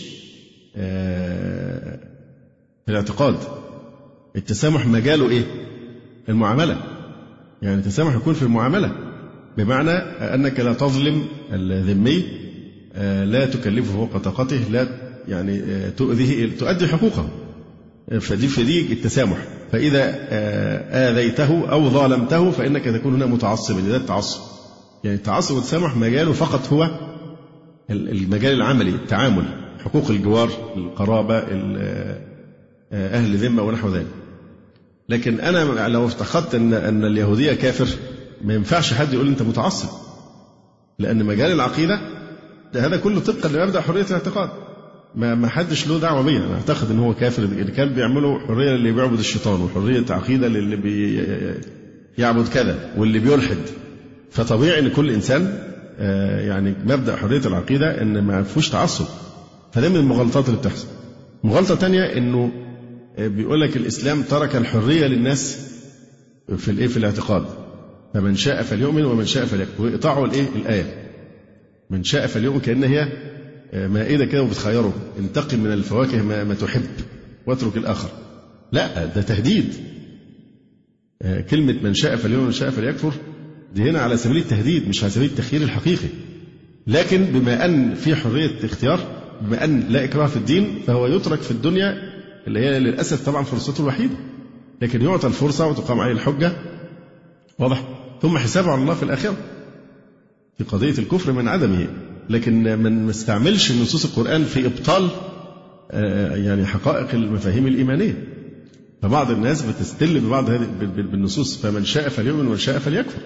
في الاعتقاد. التسامح مجاله إيه؟ المعاملة. يعني التسامح يكون في المعاملة، بمعنى أنك لا تظلم الذمي، لا تكلفه فوق طاقته، لا يعني تؤذيه، تؤدي حقوقه. فدي فدي التسامح. فإذا آذيته أو ظالمته فإنك تكون هنا متعصبا، ده التعصب. يعني التعصب والتسامح مجاله فقط هو المجال العملي، التعامل، حقوق الجوار، القرابة، أهل الذمة ونحو ذلك. لكن أنا لو افتخرت أن أن اليهودية كافر، ما ينفعش حد يقول أنت متعصب، لأن مجال العقيدة ده هذا كله طبقا لمبدأ حرية الاعتقاد. ما ما حدش له دعوة بيه. أنا أعتقد أن هو كافر اللي كان بيعملوا حرية للي بيعبد الشيطان، وحرية عقيدة للي بيعبد كذا واللي بيلحد. فطبيعي أن كل إنسان يعني مبدأ حرية العقيدة أن ما فيهوش تعصب. فده من المغالطات اللي بتحصل. مغالطة تانية أنه بيقول لك الإسلام ترك الحرية للناس في الإيه، في الاعتقاد، فمن شاء فليؤمن ومن شاء فليكفر. ويقطعوا الإيه، الآية من شاء فليؤمن كأن هي مائدة كده وبتخيره، انتقم من الفواكه ما, ما تحب واترك الآخر. لا، ده تهديد. كلمة من شاء فليؤمن ومن شاء فليكفر دي هنا على سبيل التهديد، مش على سبيل التخيير الحقيقي. لكن بما أن في حرية اختيار، بما أن لا إكراه في الدين، فهو يترك في الدنيا اللي هي للأسف طبعا فرصته الوحيدة، لكن يعطى الفرصة وتقام عليه الحجة. واضح؟ ثم حسابه على الله في الآخرة في قضية الكفر من عدمه. لكن من ما استعملش نصوص القرآن في إبطال يعني حقائق المفاهيم الإيمانية. فبعض الناس بتستل ببعض هذه بالنصوص، فمن شاء فليؤمن ومن شاء فليكفر.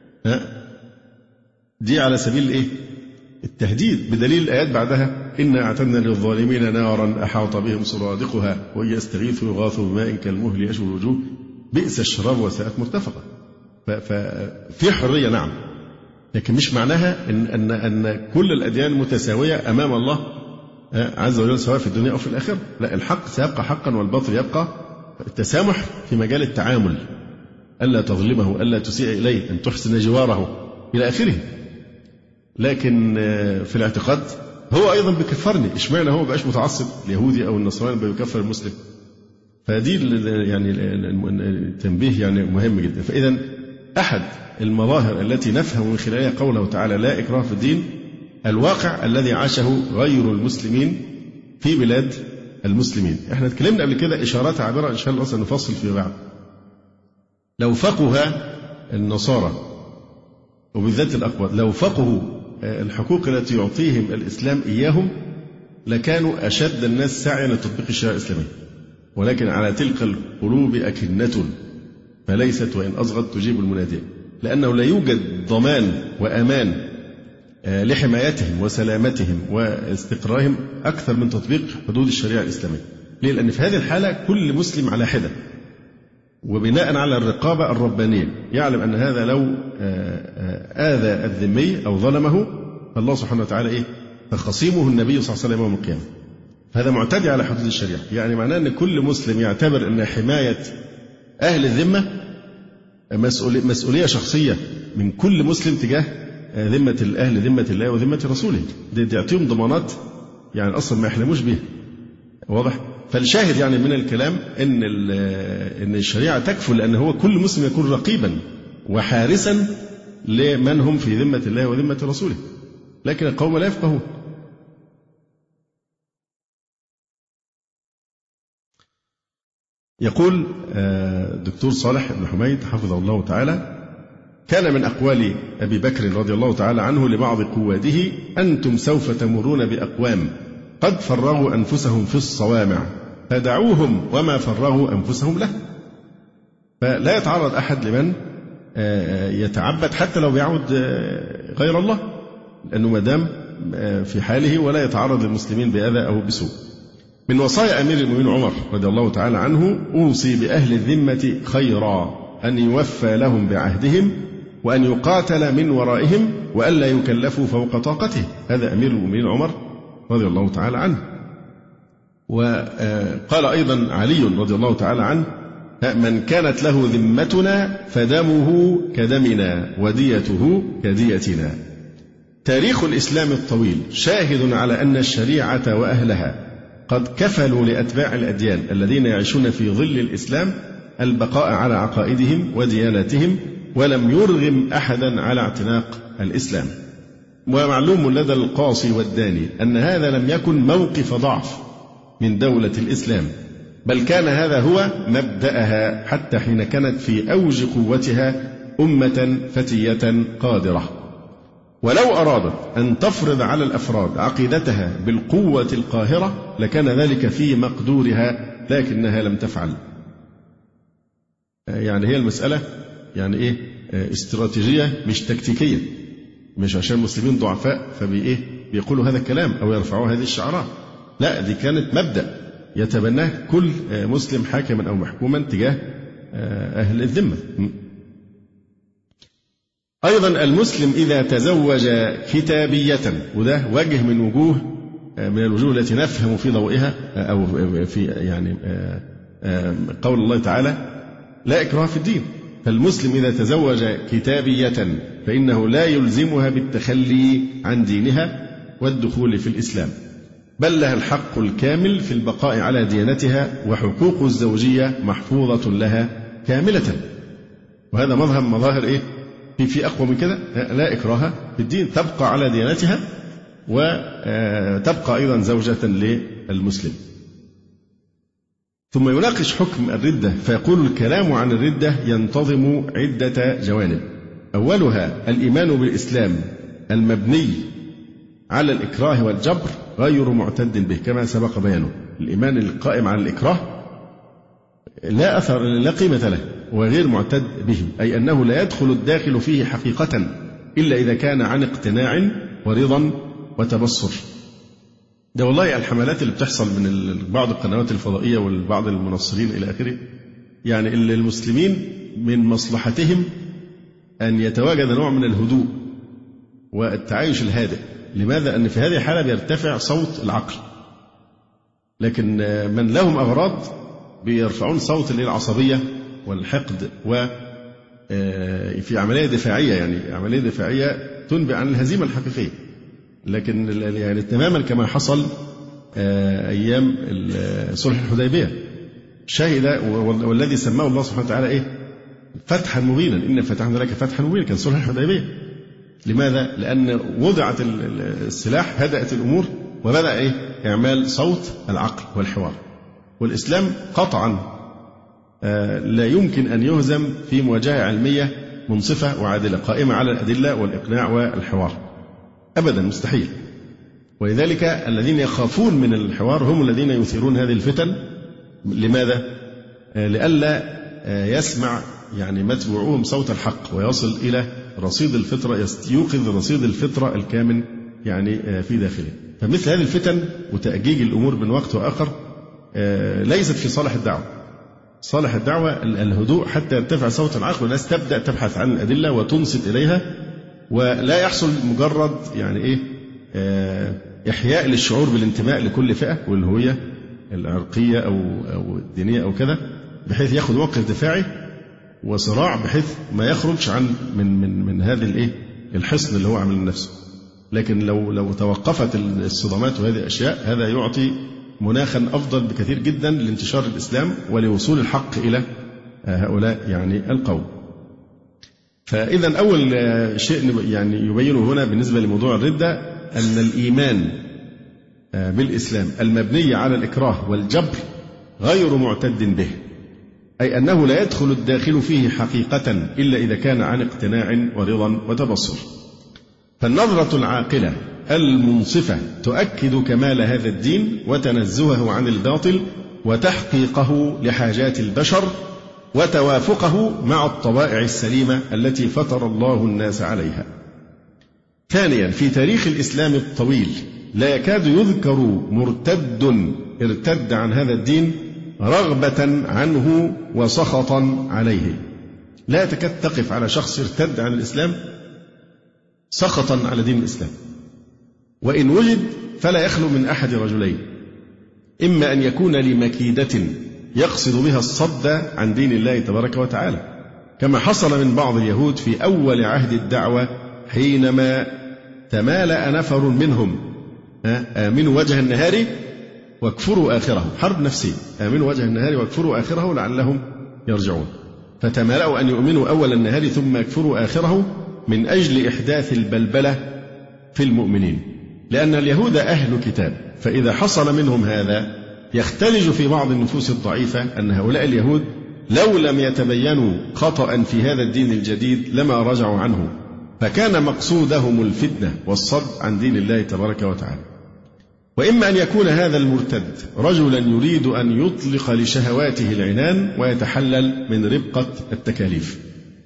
دي على سبيل إيه؟ التهديد، بدليل الآيات بعدها: إنا أعتدنا للظالمين نارا أحاط بهم سرادقها وإن يستغيثوا يغاثوا بماء كالمهل يشوي الوجوه بئس الشراب وساءت مرتفقة. ففي حرية نعم، لكن مش معناها إن, أن, أن كل الأديان متساوية أمام الله عز وجل سواء في الدنيا أو في الآخرة. لا، الحق سيبقى حقا والباطل يبقى. التسامح في مجال التعامل، ألا تظلمه، ألا تسيء إليه، أن تحسن جواره إلى آخره. لكن في الاعتقاد هو أيضا بيكفرني، إشمعنى هو بقاش متعصب اليهودي أو النصراني بيكفر المسلم؟ فدي يعني التنبيه يعني مهم جدا. فإذا أحد المظاهر التي نفهم من خلالها قوله تعالى لا إكراه في الدين الواقع الذي عاشه غير المسلمين في بلاد المسلمين. احنا اتكلمنا قبل كده إشارات عابرة إن شاء الله سنفصل في بعض. لو فقه النصارى وبالذات الأقباط لو فقهوا الحقوق التي يعطيهم الإسلام إياهم لكانوا أشد الناس سعيا لتطبيق الشريعة الإسلامية، ولكن على تلك القلوب أكنة فليست وإن أصغت تجيب المنادي، لأنه لا يوجد ضمان وأمان لحمايتهم وسلامتهم واستقرارهم أكثر من تطبيق حدود الشريعة الإسلامية. ليه؟ لأن في هذه الحالة كل مسلم على حدة وبناء على الرقابة الربانية يعلم أن هذا لو آذى الذمي أو ظلمه فالله سبحانه وتعالى إيه؟ فخصيمه النبي صلى الله عليه وسلم يوم القيامة. هذا معتدي على حدود الشريعة، يعني معناه أن كل مسلم يعتبر أن حماية أهل الذمة مسؤولية شخصية من كل مسلم تجاه ذمة الأهل ذمة الله وذمة رسوله، دي تعطيهم ضمانات يعني أصلا ما يحلموش بها. واضح؟ فالشاهد يعني من الكلام إن إن الشريعة تكفل أن هو كل مسلم يكون رقيبا وحارسا لمن هم في ذمة الله وذمة رسوله، لكن القوم لا يفقهون. يقول دكتور صالح بن حميد حفظه الله تعالى: كان من أقوال أبي بكر رضي الله تعالى عنه لبعض قواده: أنتم سوف تمرون بأقوام قد فرغوا أنفسهم في الصوامع فدعوهم وما فرغوا أنفسهم له. فلا يتعرض أحد لمن يتعبد حتى لو بيعبد غير الله، لأنه مدام في حاله ولا يتعرض للمسلمين بأذى أو بسوء. من وصايا أمير المؤمنين عمر رضي الله تعالى عنه: أوصي بأهل الذمة خيرا أن يوفى لهم بعهدهم وأن يقاتل من ورائهم وألا يكلفوا فوق طاقته. هذا أمير المؤمنين عمر رضي الله تعالى عنه. وقال أيضا علي رضي الله تعالى عنه: من كانت له ذمتنا فدمه كدمنا وديته كديتنا. تاريخ الإسلام الطويل شاهد على أن الشريعة وأهلها قد كفلوا لأتباع الأديان الذين يعيشون في ظل الإسلام البقاء على عقائدهم ودياناتهم، ولم يرغم أحدا على اعتناق الإسلام. ومعلوم لدى القاصي والداني أن هذا لم يكن موقف ضعف من دولة الإسلام، بل كان هذا هو مبدأها حتى حين كانت في أوج قوتها أمة فتية قادرة. ولو أرادت أن تفرض على الأفراد عقيدتها بالقوة القاهرة لكان ذلك في مقدورها، لكنها لم تفعل. يعني هي المسألة يعني إيه؟ استراتيجية مش تكتيكية، مش عشان المسلمين ضعفاء فبإيه بيقولوا هذا الكلام أو يرفعوا هذه الشعارات. لا، دي كانت مبدأ يتبناه كل مسلم حاكما أو محكوما تجاه أهل الذمة. أيضا المسلم إذا تزوج كتابية، وده وجه من وجوه من الوجوه التي نفهم في ضوئها أو في يعني قول الله تعالى لا إكراه في الدين. فالمسلم إذا تزوج كتابية فإنه لا يلزمها بالتخلي عن دينها والدخول في الإسلام، بل لها الحق الكامل في البقاء على ديانتها، وحقوق الزوجية محفوظة لها كاملة. وهذا مظهر مظاهر إيه؟ في في أقوى من كده؟ لا إكراه في الدين، تبقى على ديانتها وتبقى أيضا زوجة للمسلم. ثم يناقش حكم الردة فيقول: الكلام عن الردة ينتظم عدة جوانب، أولها الإيمان بالإسلام المبني على الإكراه والجبر غير معتد به كما سبق بيانه. الإيمان القائم على الإكراه لا أثر لا قيمة له وغير معتد به، أي أنه لا يدخل الداخل فيه حقيقة إلا إذا كان عن اقتناع ورضا وتبصر. ده والله الحملات اللي بتحصل من بعض القنوات الفضائية والبعض المنصرين إلى آخره، يعني المسلمين من مصلحتهم أن يتواجد نوع من الهدوء والتعايش الهادئ. لماذا؟ أن في هذه الحالة بيرتفع صوت العقل، لكن من لهم أغراض بيرفعون صوت العصبية والحقد وفي عملية دفاعية، يعني عملية دفاعية تنبئ عن الهزيمة الحقيقية. لكن يعني تماما كما حصل أيام صلح الحديبية، شهد والذي سماه الله سبحانه وتعالى إيه؟ فتحا مبينا، إن فتحنا لك فتحا مبينا، كان صلح الحديبية. لماذا؟ لأن وضعت السلاح، هدأت الأمور، وبدأ إيه؟ إعمال صوت العقل والحوار. والإسلام قطعا لا يمكن أن يهزم في مواجهة علمية منصفة وعادلة قائمة على الأدلة والإقناع والحوار، أبدا، مستحيل. ولذلك الذين يخافون من الحوار هم الذين يثيرون هذه الفتن. لماذا؟ لئلا يسمع يعني متبوعوهم صوت الحق ويصل إلى رصيد الفطرة، يوقظ رصيد الفطرة الكامن يعني في داخله. فمثل هذه الفتن وتأجيج الأمور من وقت وآخر ليست في صالح الدعوة. صالح الدعوة الهدوء حتى يرتفع صوت العقل والناس تبدأ تبحث عن الأدلة وتنصت إليها، ولا يحصل مجرد يعني إيه إحياء للشعور بالانتماء لكل فئة والهوية العرقية أو أو الدينية أو كذا، بحيث يأخذ موقف دفاعي وصراع بحيث ما يخرج عن من من من هذه الإيه الحصن اللي هو عامل لنفسه. لكن لو لو توقفت الصدمات وهذه الأشياء، هذا يعطي مناخا أفضل بكثير جدا لانتشار الإسلام ولوصول الحق إلى هؤلاء يعني القوم. فإذا أول شيء يعني يبينه هنا بالنسبة لموضوع الردة أن الإيمان بالإسلام المبني على الإكراه والجبر غير معتد به، أي أنه لا يدخل الداخل فيه حقيقة إلا إذا كان عن اقتناع ورضا وتبصر. فالنظرة العاقلة المنصفة تؤكد كمال هذا الدين وتنزهه عن الباطل وتحقيقه لحاجات البشر وتوافقه مع الطبائع السليمة التي فطر الله الناس عليها. ثانيا، في تاريخ الإسلام الطويل لا يكاد يذكر مرتد ارتد عن هذا الدين رغبة عنه وسخطا عليه. لا تكاد تقف على شخص ارتد عن الإسلام سخطا على دين الإسلام، وإن وجد فلا يخلو من أحد رجلين: إما أن يكون لمكيدة يقصد بها الصد عن دين الله تبارك وتعالى، كما حصل من بعض اليهود في أول عهد الدعوة حينما تمالأ نفر منهم: آمنوا وجه النهار واكفروا آخره. حرب نفسية، آمنوا وجه النهار واكفروا آخره لعلهم يرجعون. فتمالأوا أن يؤمنوا أول النهار ثم يكفروا آخره من أجل إحداث البلبلة في المؤمنين، لأن اليهود أهل كتاب، فإذا حصل منهم هذا يختلج في بعض النفوس الضعيفة أن هؤلاء اليهود لو لم يتبينوا خطأ في هذا الدين الجديد لما رجعوا عنه، فكان مقصودهم الفتنة والصد عن دين الله تبارك وتعالى. وإما أن يكون هذا المرتد رجلا يريد أن يطلق لشهواته العنان ويتحلل من ربقة التكاليف.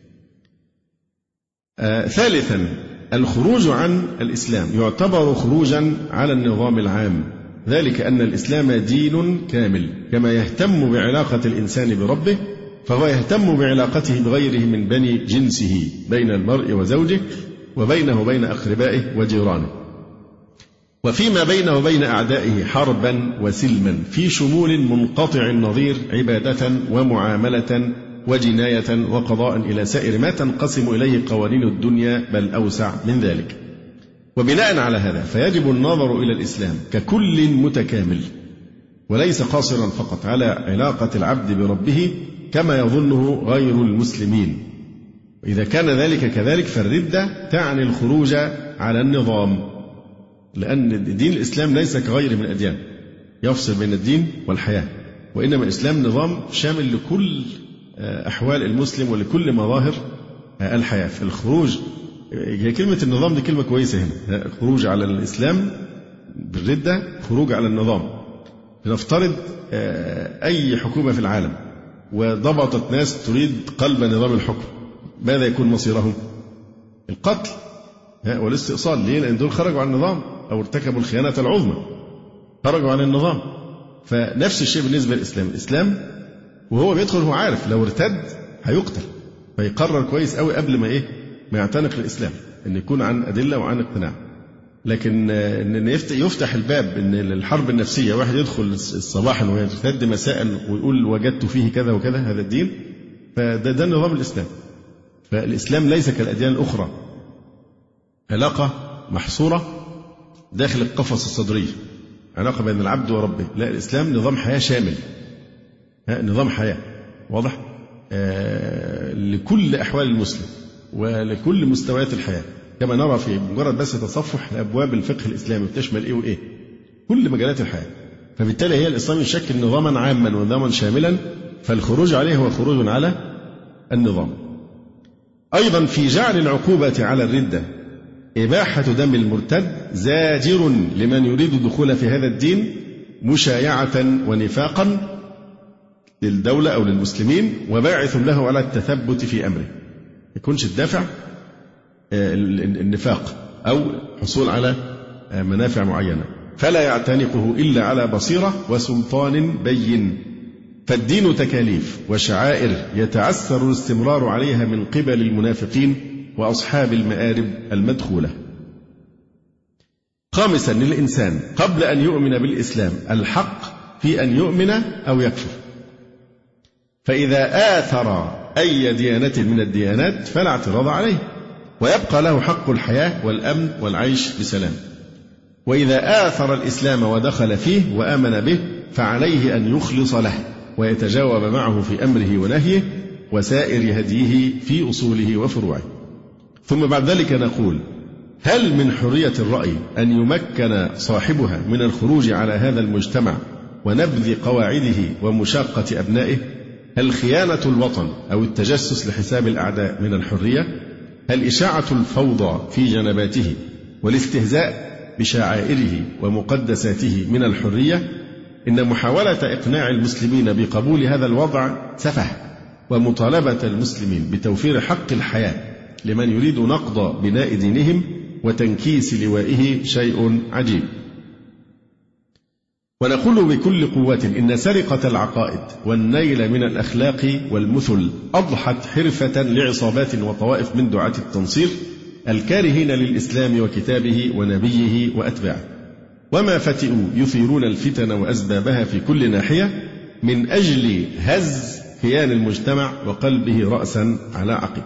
آه ثالثا، الخروج عن الإسلام يعتبر خروجا على النظام العام، ذلك أن الإسلام دين كامل، كما يهتم بعلاقة الإنسان بربه فهو يهتم بعلاقته بغيره من بني جنسه، بين المرء وزوجه وبينه وبين أقربائه وجيرانه، وفيما بينه وبين أعدائه حربا وسلما، في شمول منقطع النظير عبادة ومعاملة وجناية وقضاء إلى سائر ما تنقسم إليه قوانين الدنيا، بل أوسع من ذلك. وبناء على هذا فيجب النظر إلى الإسلام ككل متكامل، وليس قاصرا فقط على علاقة العبد بربه كما يظنه غير المسلمين. وإذا كان ذلك كذلك فالردة تعني الخروج على النظام، لأن دين الإسلام ليس كغيره من الأديان يفصل بين الدين والحياة، وإنما الإسلام نظام شامل لكل أحوال المسلم ولكل مظاهر الحياة. فالخروج، هي كلمة النظام دي كلمة كويسة هنا، خروج على الإسلام بالردة، خروج على النظام. لنفترض أي حكومة في العالم وضبطت ناس تريد قلب نظام الحكم، ماذا يكون مصيرهم؟ القتل والاستئصال. ليه؟ لأن دول خرجوا عن النظام أو ارتكبوا الخيانة العظمى، خرجوا عن النظام. فنفس الشيء بالنسبة للإسلام. الإسلام وهو بيدخل هو عارف لو ارتد هيقتل، فيقرر كويس قوي قبل ما إيه ما يعتنق الإسلام أن يكون عن أدلة وعن اقتناع. لكن أن يفتح الباب أن الحرب النفسية واحد يدخل صباحا ويرتد مساء ويقول وجدت فيه كذا وكذا، هذا الدين، فده ده نظام الإسلام. فالإسلام ليس كالأديان الأخرى علاقة محصورة داخل القفص الصدري، علاقة بين العبد وربه. لا، الإسلام نظام حياة شامل، نظام حياة واضح. لكل أحوال المسلم ولكل مستويات الحياة، كما نرى في مجرد بس تصفح أبواب الفقه الإسلامي بتشمل إيه وإيه، كل مجالات الحياة. فبالتالي هي الإسلام يشكل نظاما عاما ونظاما شاملا، فالخروج عليه هو خروج على النظام. أيضا في جعل العقوبة على الردة إباحة دم المرتد زاجر لمن يريد الدخول في هذا الدين مشايعة ونفاقا للدولة أو للمسلمين، وباعث له على التثبت في أمره. ما يكونش الدافع النفاق أو حصول على منافع معينة، فلا يعتنقه إلا على بصيرة وسلطان بين. فالدين تكاليف وشعائر يتعسر الاستمرار عليها من قبل المنافقين وأصحاب المآرب المدخولة. خامسا، للإنسان قبل أن يؤمن بالإسلام الحق في أن يؤمن أو يكفر، فإذا آثر أي ديانة من الديانات فلا اعتراض عليه، ويبقى له حق الحياة والأمن والعيش بسلام. وإذا آثر الإسلام ودخل فيه وآمن به فعليه أن يخلص له ويتجاوب معه في أمره ونهيه وسائر هديه في أصوله وفروعه. ثم بعد ذلك نقول: هل من حرية الرأي أن يمكن صاحبها من الخروج على هذا المجتمع ونبذ قواعده ومشاقة أبنائه؟ هل خيانة الوطن أو التجسس لحساب الأعداء من الحرية؟ هل إشاعة الفوضى في جنباته والاستهزاء بشعائره ومقدساته من الحرية؟ إن محاولة إقناع المسلمين بقبول هذا الوضع سفه، ومطالبة المسلمين بتوفير حق الحياة لمن يريد نقض بناء دينهم وتنكيس لوائه شيء عجيب. ونقول بكل قوة إن سرقة العقائد والنيل من الأخلاق والمثل أضحت حرفة لعصابات وطوائف من دعاة التنصير الكارهين للإسلام وكتابه ونبيه وأتباعه، وما فتئوا يثيرون الفتن وأسبابها في كل ناحية من أجل هز كيان المجتمع وقلبه رأسا على عقب.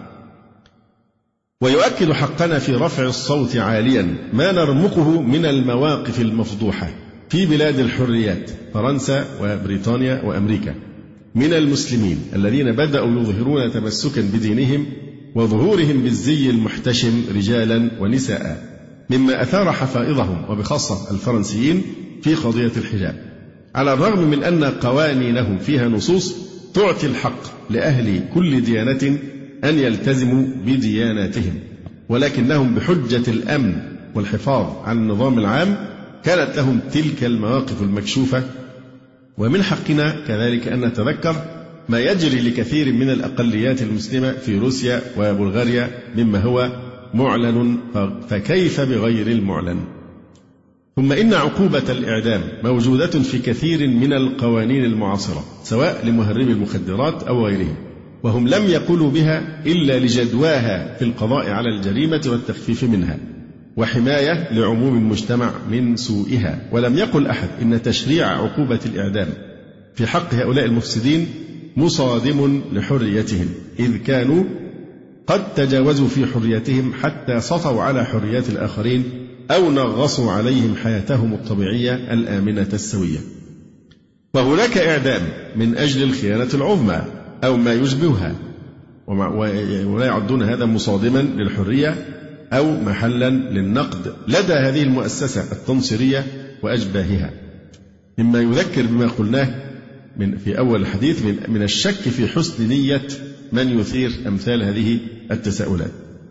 ويؤكد حقنا في رفع الصوت عاليا ما نرمقه من المواقف المفضوحة في بلاد الحريات فرنسا وبريطانيا وأمريكا من المسلمين الذين بدأوا يظهرون تمسكا بدينهم وظهورهم بالزي المحتشم رجالا ونساء، مما أثار حفائظهم وبخاصة الفرنسيين في قضية الحجاب، على الرغم من أن قوانينهم فيها نصوص تعطي الحق لأهل كل ديانة أن يلتزموا بدياناتهم، ولكنهم بحجة الأمن والحفاظ على النظام العام كانت لهم تلك المواقف المكشوفة. ومن حقنا كذلك أن نتذكر ما يجري لكثير من الأقليات المسلمة في روسيا وبلغاريا مما هو معلن، فكيف بغير المعلن؟ ثم إن عقوبة الإعدام موجودة في كثير من القوانين المعاصرة سواء لمهربي المخدرات أو غيرهم، وهم لم يقولوا بها إلا لجدواها في القضاء على الجريمة والتخفيف منها وحماية لعموم المجتمع من سوءها. ولم يقل أحد إن تشريع عقوبة الإعدام في حق هؤلاء المفسدين مصادم لحريتهم، إذ كانوا قد تجاوزوا في حريتهم حتى سطوا على حريات الآخرين أو نغصوا عليهم حياتهم الطبيعية الآمنة السوية. وهناك إعدام من أجل الخيانة العظمى أو ما يشبهها، ولا يعدون هذا مصادما للحرية أو محلا للنقد لدى هذه المؤسسة التنصيرية وأشباهها، مما يذكر بما قلناه من في أول الحديث من, من الشك في حسن نية من يثير أمثال هذه التساؤلات.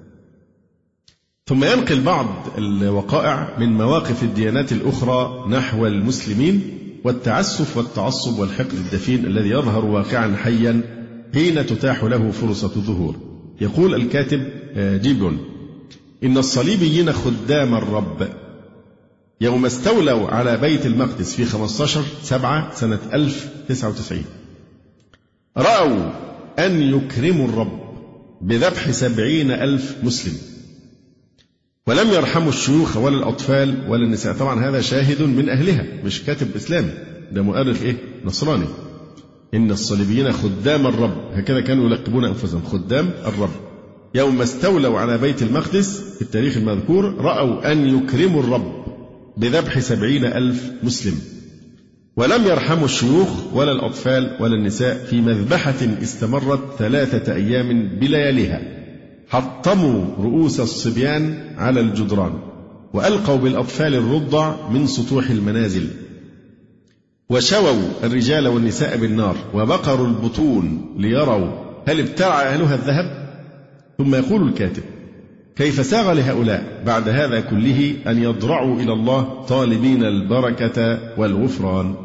ثم ينقل بعض الوقائع من مواقف الديانات الأخرى نحو المسلمين والتعسف والتعصب والحقد الدفين الذي يظهر واقعا حيا حين تتاح له فرصة الظهور. يقول الكاتب جيبون: إن الصليبيين خدام الرب يوم استولوا على بيت المقدس في خمسة عشر سبعة سنة ألف وتسعة وتسعين رأوا أن يكرموا الرب بذبح سبعين ألف مسلم، ولم يرحموا الشيوخ ولا الأطفال ولا النساء. طبعا هذا شاهد من أهلها، مش كاتب إسلامي، ده مؤرخ إيه نصراني. إن الصليبيين خدام الرب، هكذا كانوا يلقبون أنفسهم، خدام الرب. يوم استولوا على بيت المقدس في التاريخ المذكور رأوا أن يكرموا الرب بذبح سبعين ألف مسلم، ولم يرحموا الشيوخ ولا الأطفال ولا النساء في مذبحة استمرت ثلاثة أيام بلياليها. حطموا رؤوس الصبيان على الجدران، وألقوا بالأطفال الرضع من سطوح المنازل، وشووا الرجال والنساء بالنار، وبقروا البطون ليروا هل ابتلع أهلها الذهب. ثم يقول الكاتب: كيف ساغ لهؤلاء بعد هذا كله أن يضرعوا إلى الله طالبين البركة والغفران.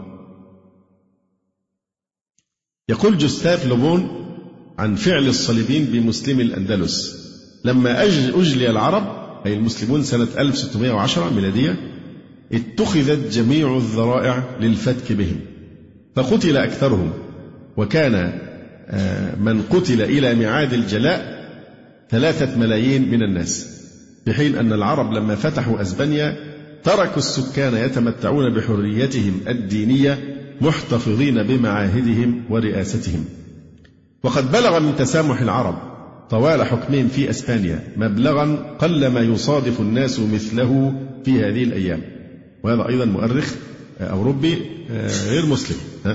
يقول جوستاف لوبون عن فعل الصليبيين بمسلمي الأندلس: لما أجلي العرب أي المسلمون سنة ألف وستمائة وعشرة ميلادية اتخذت جميع الذرائع للفتك بهم، فقتل أكثرهم، وكان من قتل إلى ميعاد الجلاء ثلاثة ملايين من الناس، في حين أن العرب لما فتحوا أسبانيا تركوا السكان يتمتعون بحريتهم الدينية محتفظين بمعاهدهم ورئاستهم. وقد بلغ من تسامح العرب طوال حكمهم في أسبانيا مبلغا قل ما يصادف الناس مثله في هذه الأيام. وهذا أيضا مؤرخ أوروبي غير مسلم.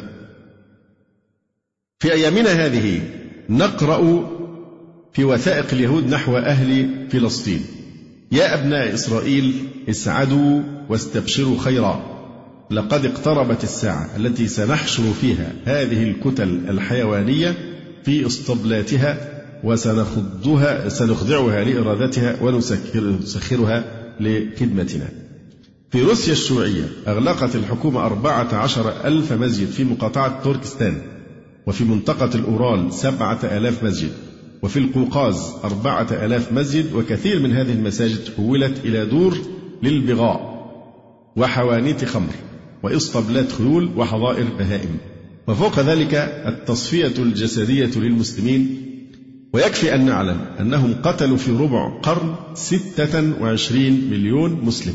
في أيامنا هذه نقرأ في وثائق اليهود نحو أهل فلسطين: يا أبناء إسرائيل اسعدوا واستبشروا خيرا، لقد اقتربت الساعة التي سنحشر فيها هذه الكتل الحيوانية في اسطبلاتها، وسنخضها سنخضعها لإرادتها ونسخرها لخدمتنا. في روسيا الشيوعية أغلقت الحكومة أربعة عشر ألف مسجد في مقاطعة تركستان، وفي منطقة الأورال سبعة آلاف مسجد، وفي القوقاز أربعة آلاف مسجد، وكثير من هذه المساجد حولت إلى دور للبغاء وحوانيت خمر وإسطبلات خيول وحظائر بهائم، وفوق ذلك التصفية الجسدية للمسلمين. ويكفي أن نعلم أنهم قتلوا في ربع قرن ستة وعشرين مليون مسلم،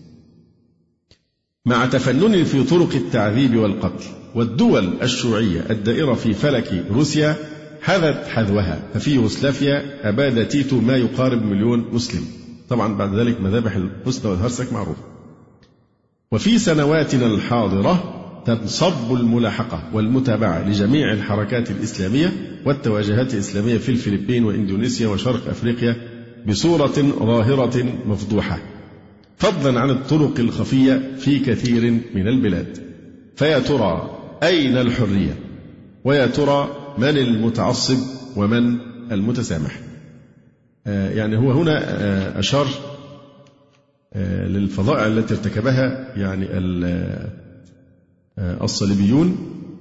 مع تفنن في طرق التعذيب والقتل. والدول الشيوعية الدائرة في فلك روسيا حذت حذوها، ففي يوغوسلافيا أباد تيتو ما يقارب مليون مسلم. طبعا بعد ذلك مذابح الحسنى والهرسك معروفة. وفي سنواتنا الحاضرة تنصب الملاحقة والمتابعة لجميع الحركات الإسلامية والتوجهات الإسلامية في الفلبين وإندونيسيا وشرق أفريقيا بصورة ظاهرة مفضوحة، فضلا عن الطرق الخفية في كثير من البلاد. فيا ترى أين الحرية؟ ويا ترى من المتعصب ومن المتسامح؟ آه يعني هو هنا آه أشار آه للفظائع التي ارتكبها يعني آه الصليبيون،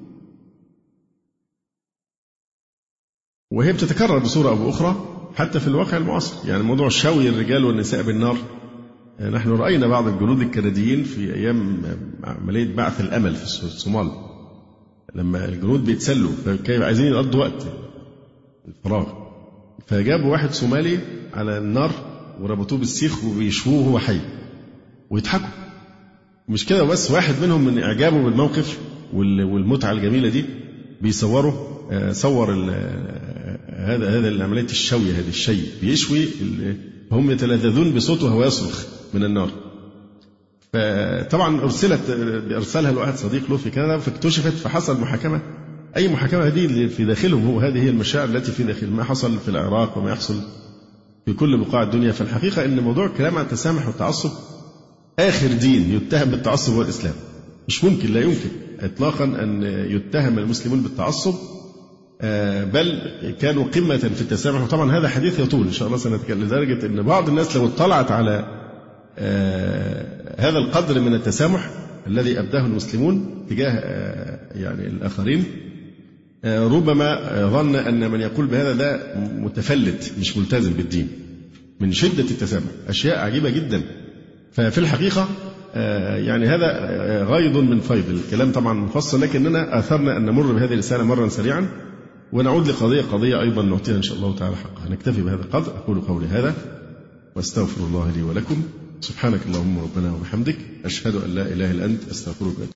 وهي بتتكرر بصورة أو بأخرى حتى في الواقع المعاصر. يعني موضوع شوي الرجال والنساء بالنار، آه نحن رأينا بعض الجنود الكنديين في أيام عملية بعث الأمل في الصومال، لما الجنود بيتسلوا فكانوا عايزين يقضوا وقت الفراغ، فجابوا واحد صومالي على النار وربطوه بالسيخ وبيشووه وهو حي ويضحكوا. مش كده بس، واحد منهم من إعجابه بالموقف والمتعة الجميلة دي بيصوروا صور هذا هذا عملية الشوي، هذه الشيء بيشوي، هم يتلذذون بصوته وهو يصرخ من النار. فطبعا أرسلت بأرسلها لواحد صديق له في كندا، فاكتشفت، فحصل محاكمة. أي محاكمة هذه اللي في داخلهم، هو هذه هي المشاعر التي في داخل ما حصل في العراق وما يحصل في كل بقاع الدنيا. فالحقيقة أن موضوع الكلام عن التسامح والتعصب، آخر دين يتهم بالتعصب هو الإسلام. مش ممكن، لا يمكن إطلاقا أن يتهم المسلمون بالتعصب، بل كانوا قمة في التسامح. وطبعا هذا حديث يطول إن شاء الله سنتكلم، لدرجة أن بعض الناس لو اطلعت على هذا القدر من التسامح الذي أبداه المسلمون تجاه يعني الآخرين، ربما ظن أن من يقول بهذا ده متفلت مش ملتزم بالدين من شدة التسامح. أشياء عجيبة جدا. ففي الحقيقة يعني هذا غيض من فيض الكلام طبعا مفصل، لكننا آثرنا أن نمر بهذه الرسالة مرا سريعا ونعود لقضية قضية أيضا نعطيها إن شاء الله تعالى حقها. نكتفي بهذا القدر. أقول قولي هذا واستغفر الله لي ولكم. سبحانك اللهم ربنا وبحمدك، أشهد أن لا إله إلا أنت، أستغفرك.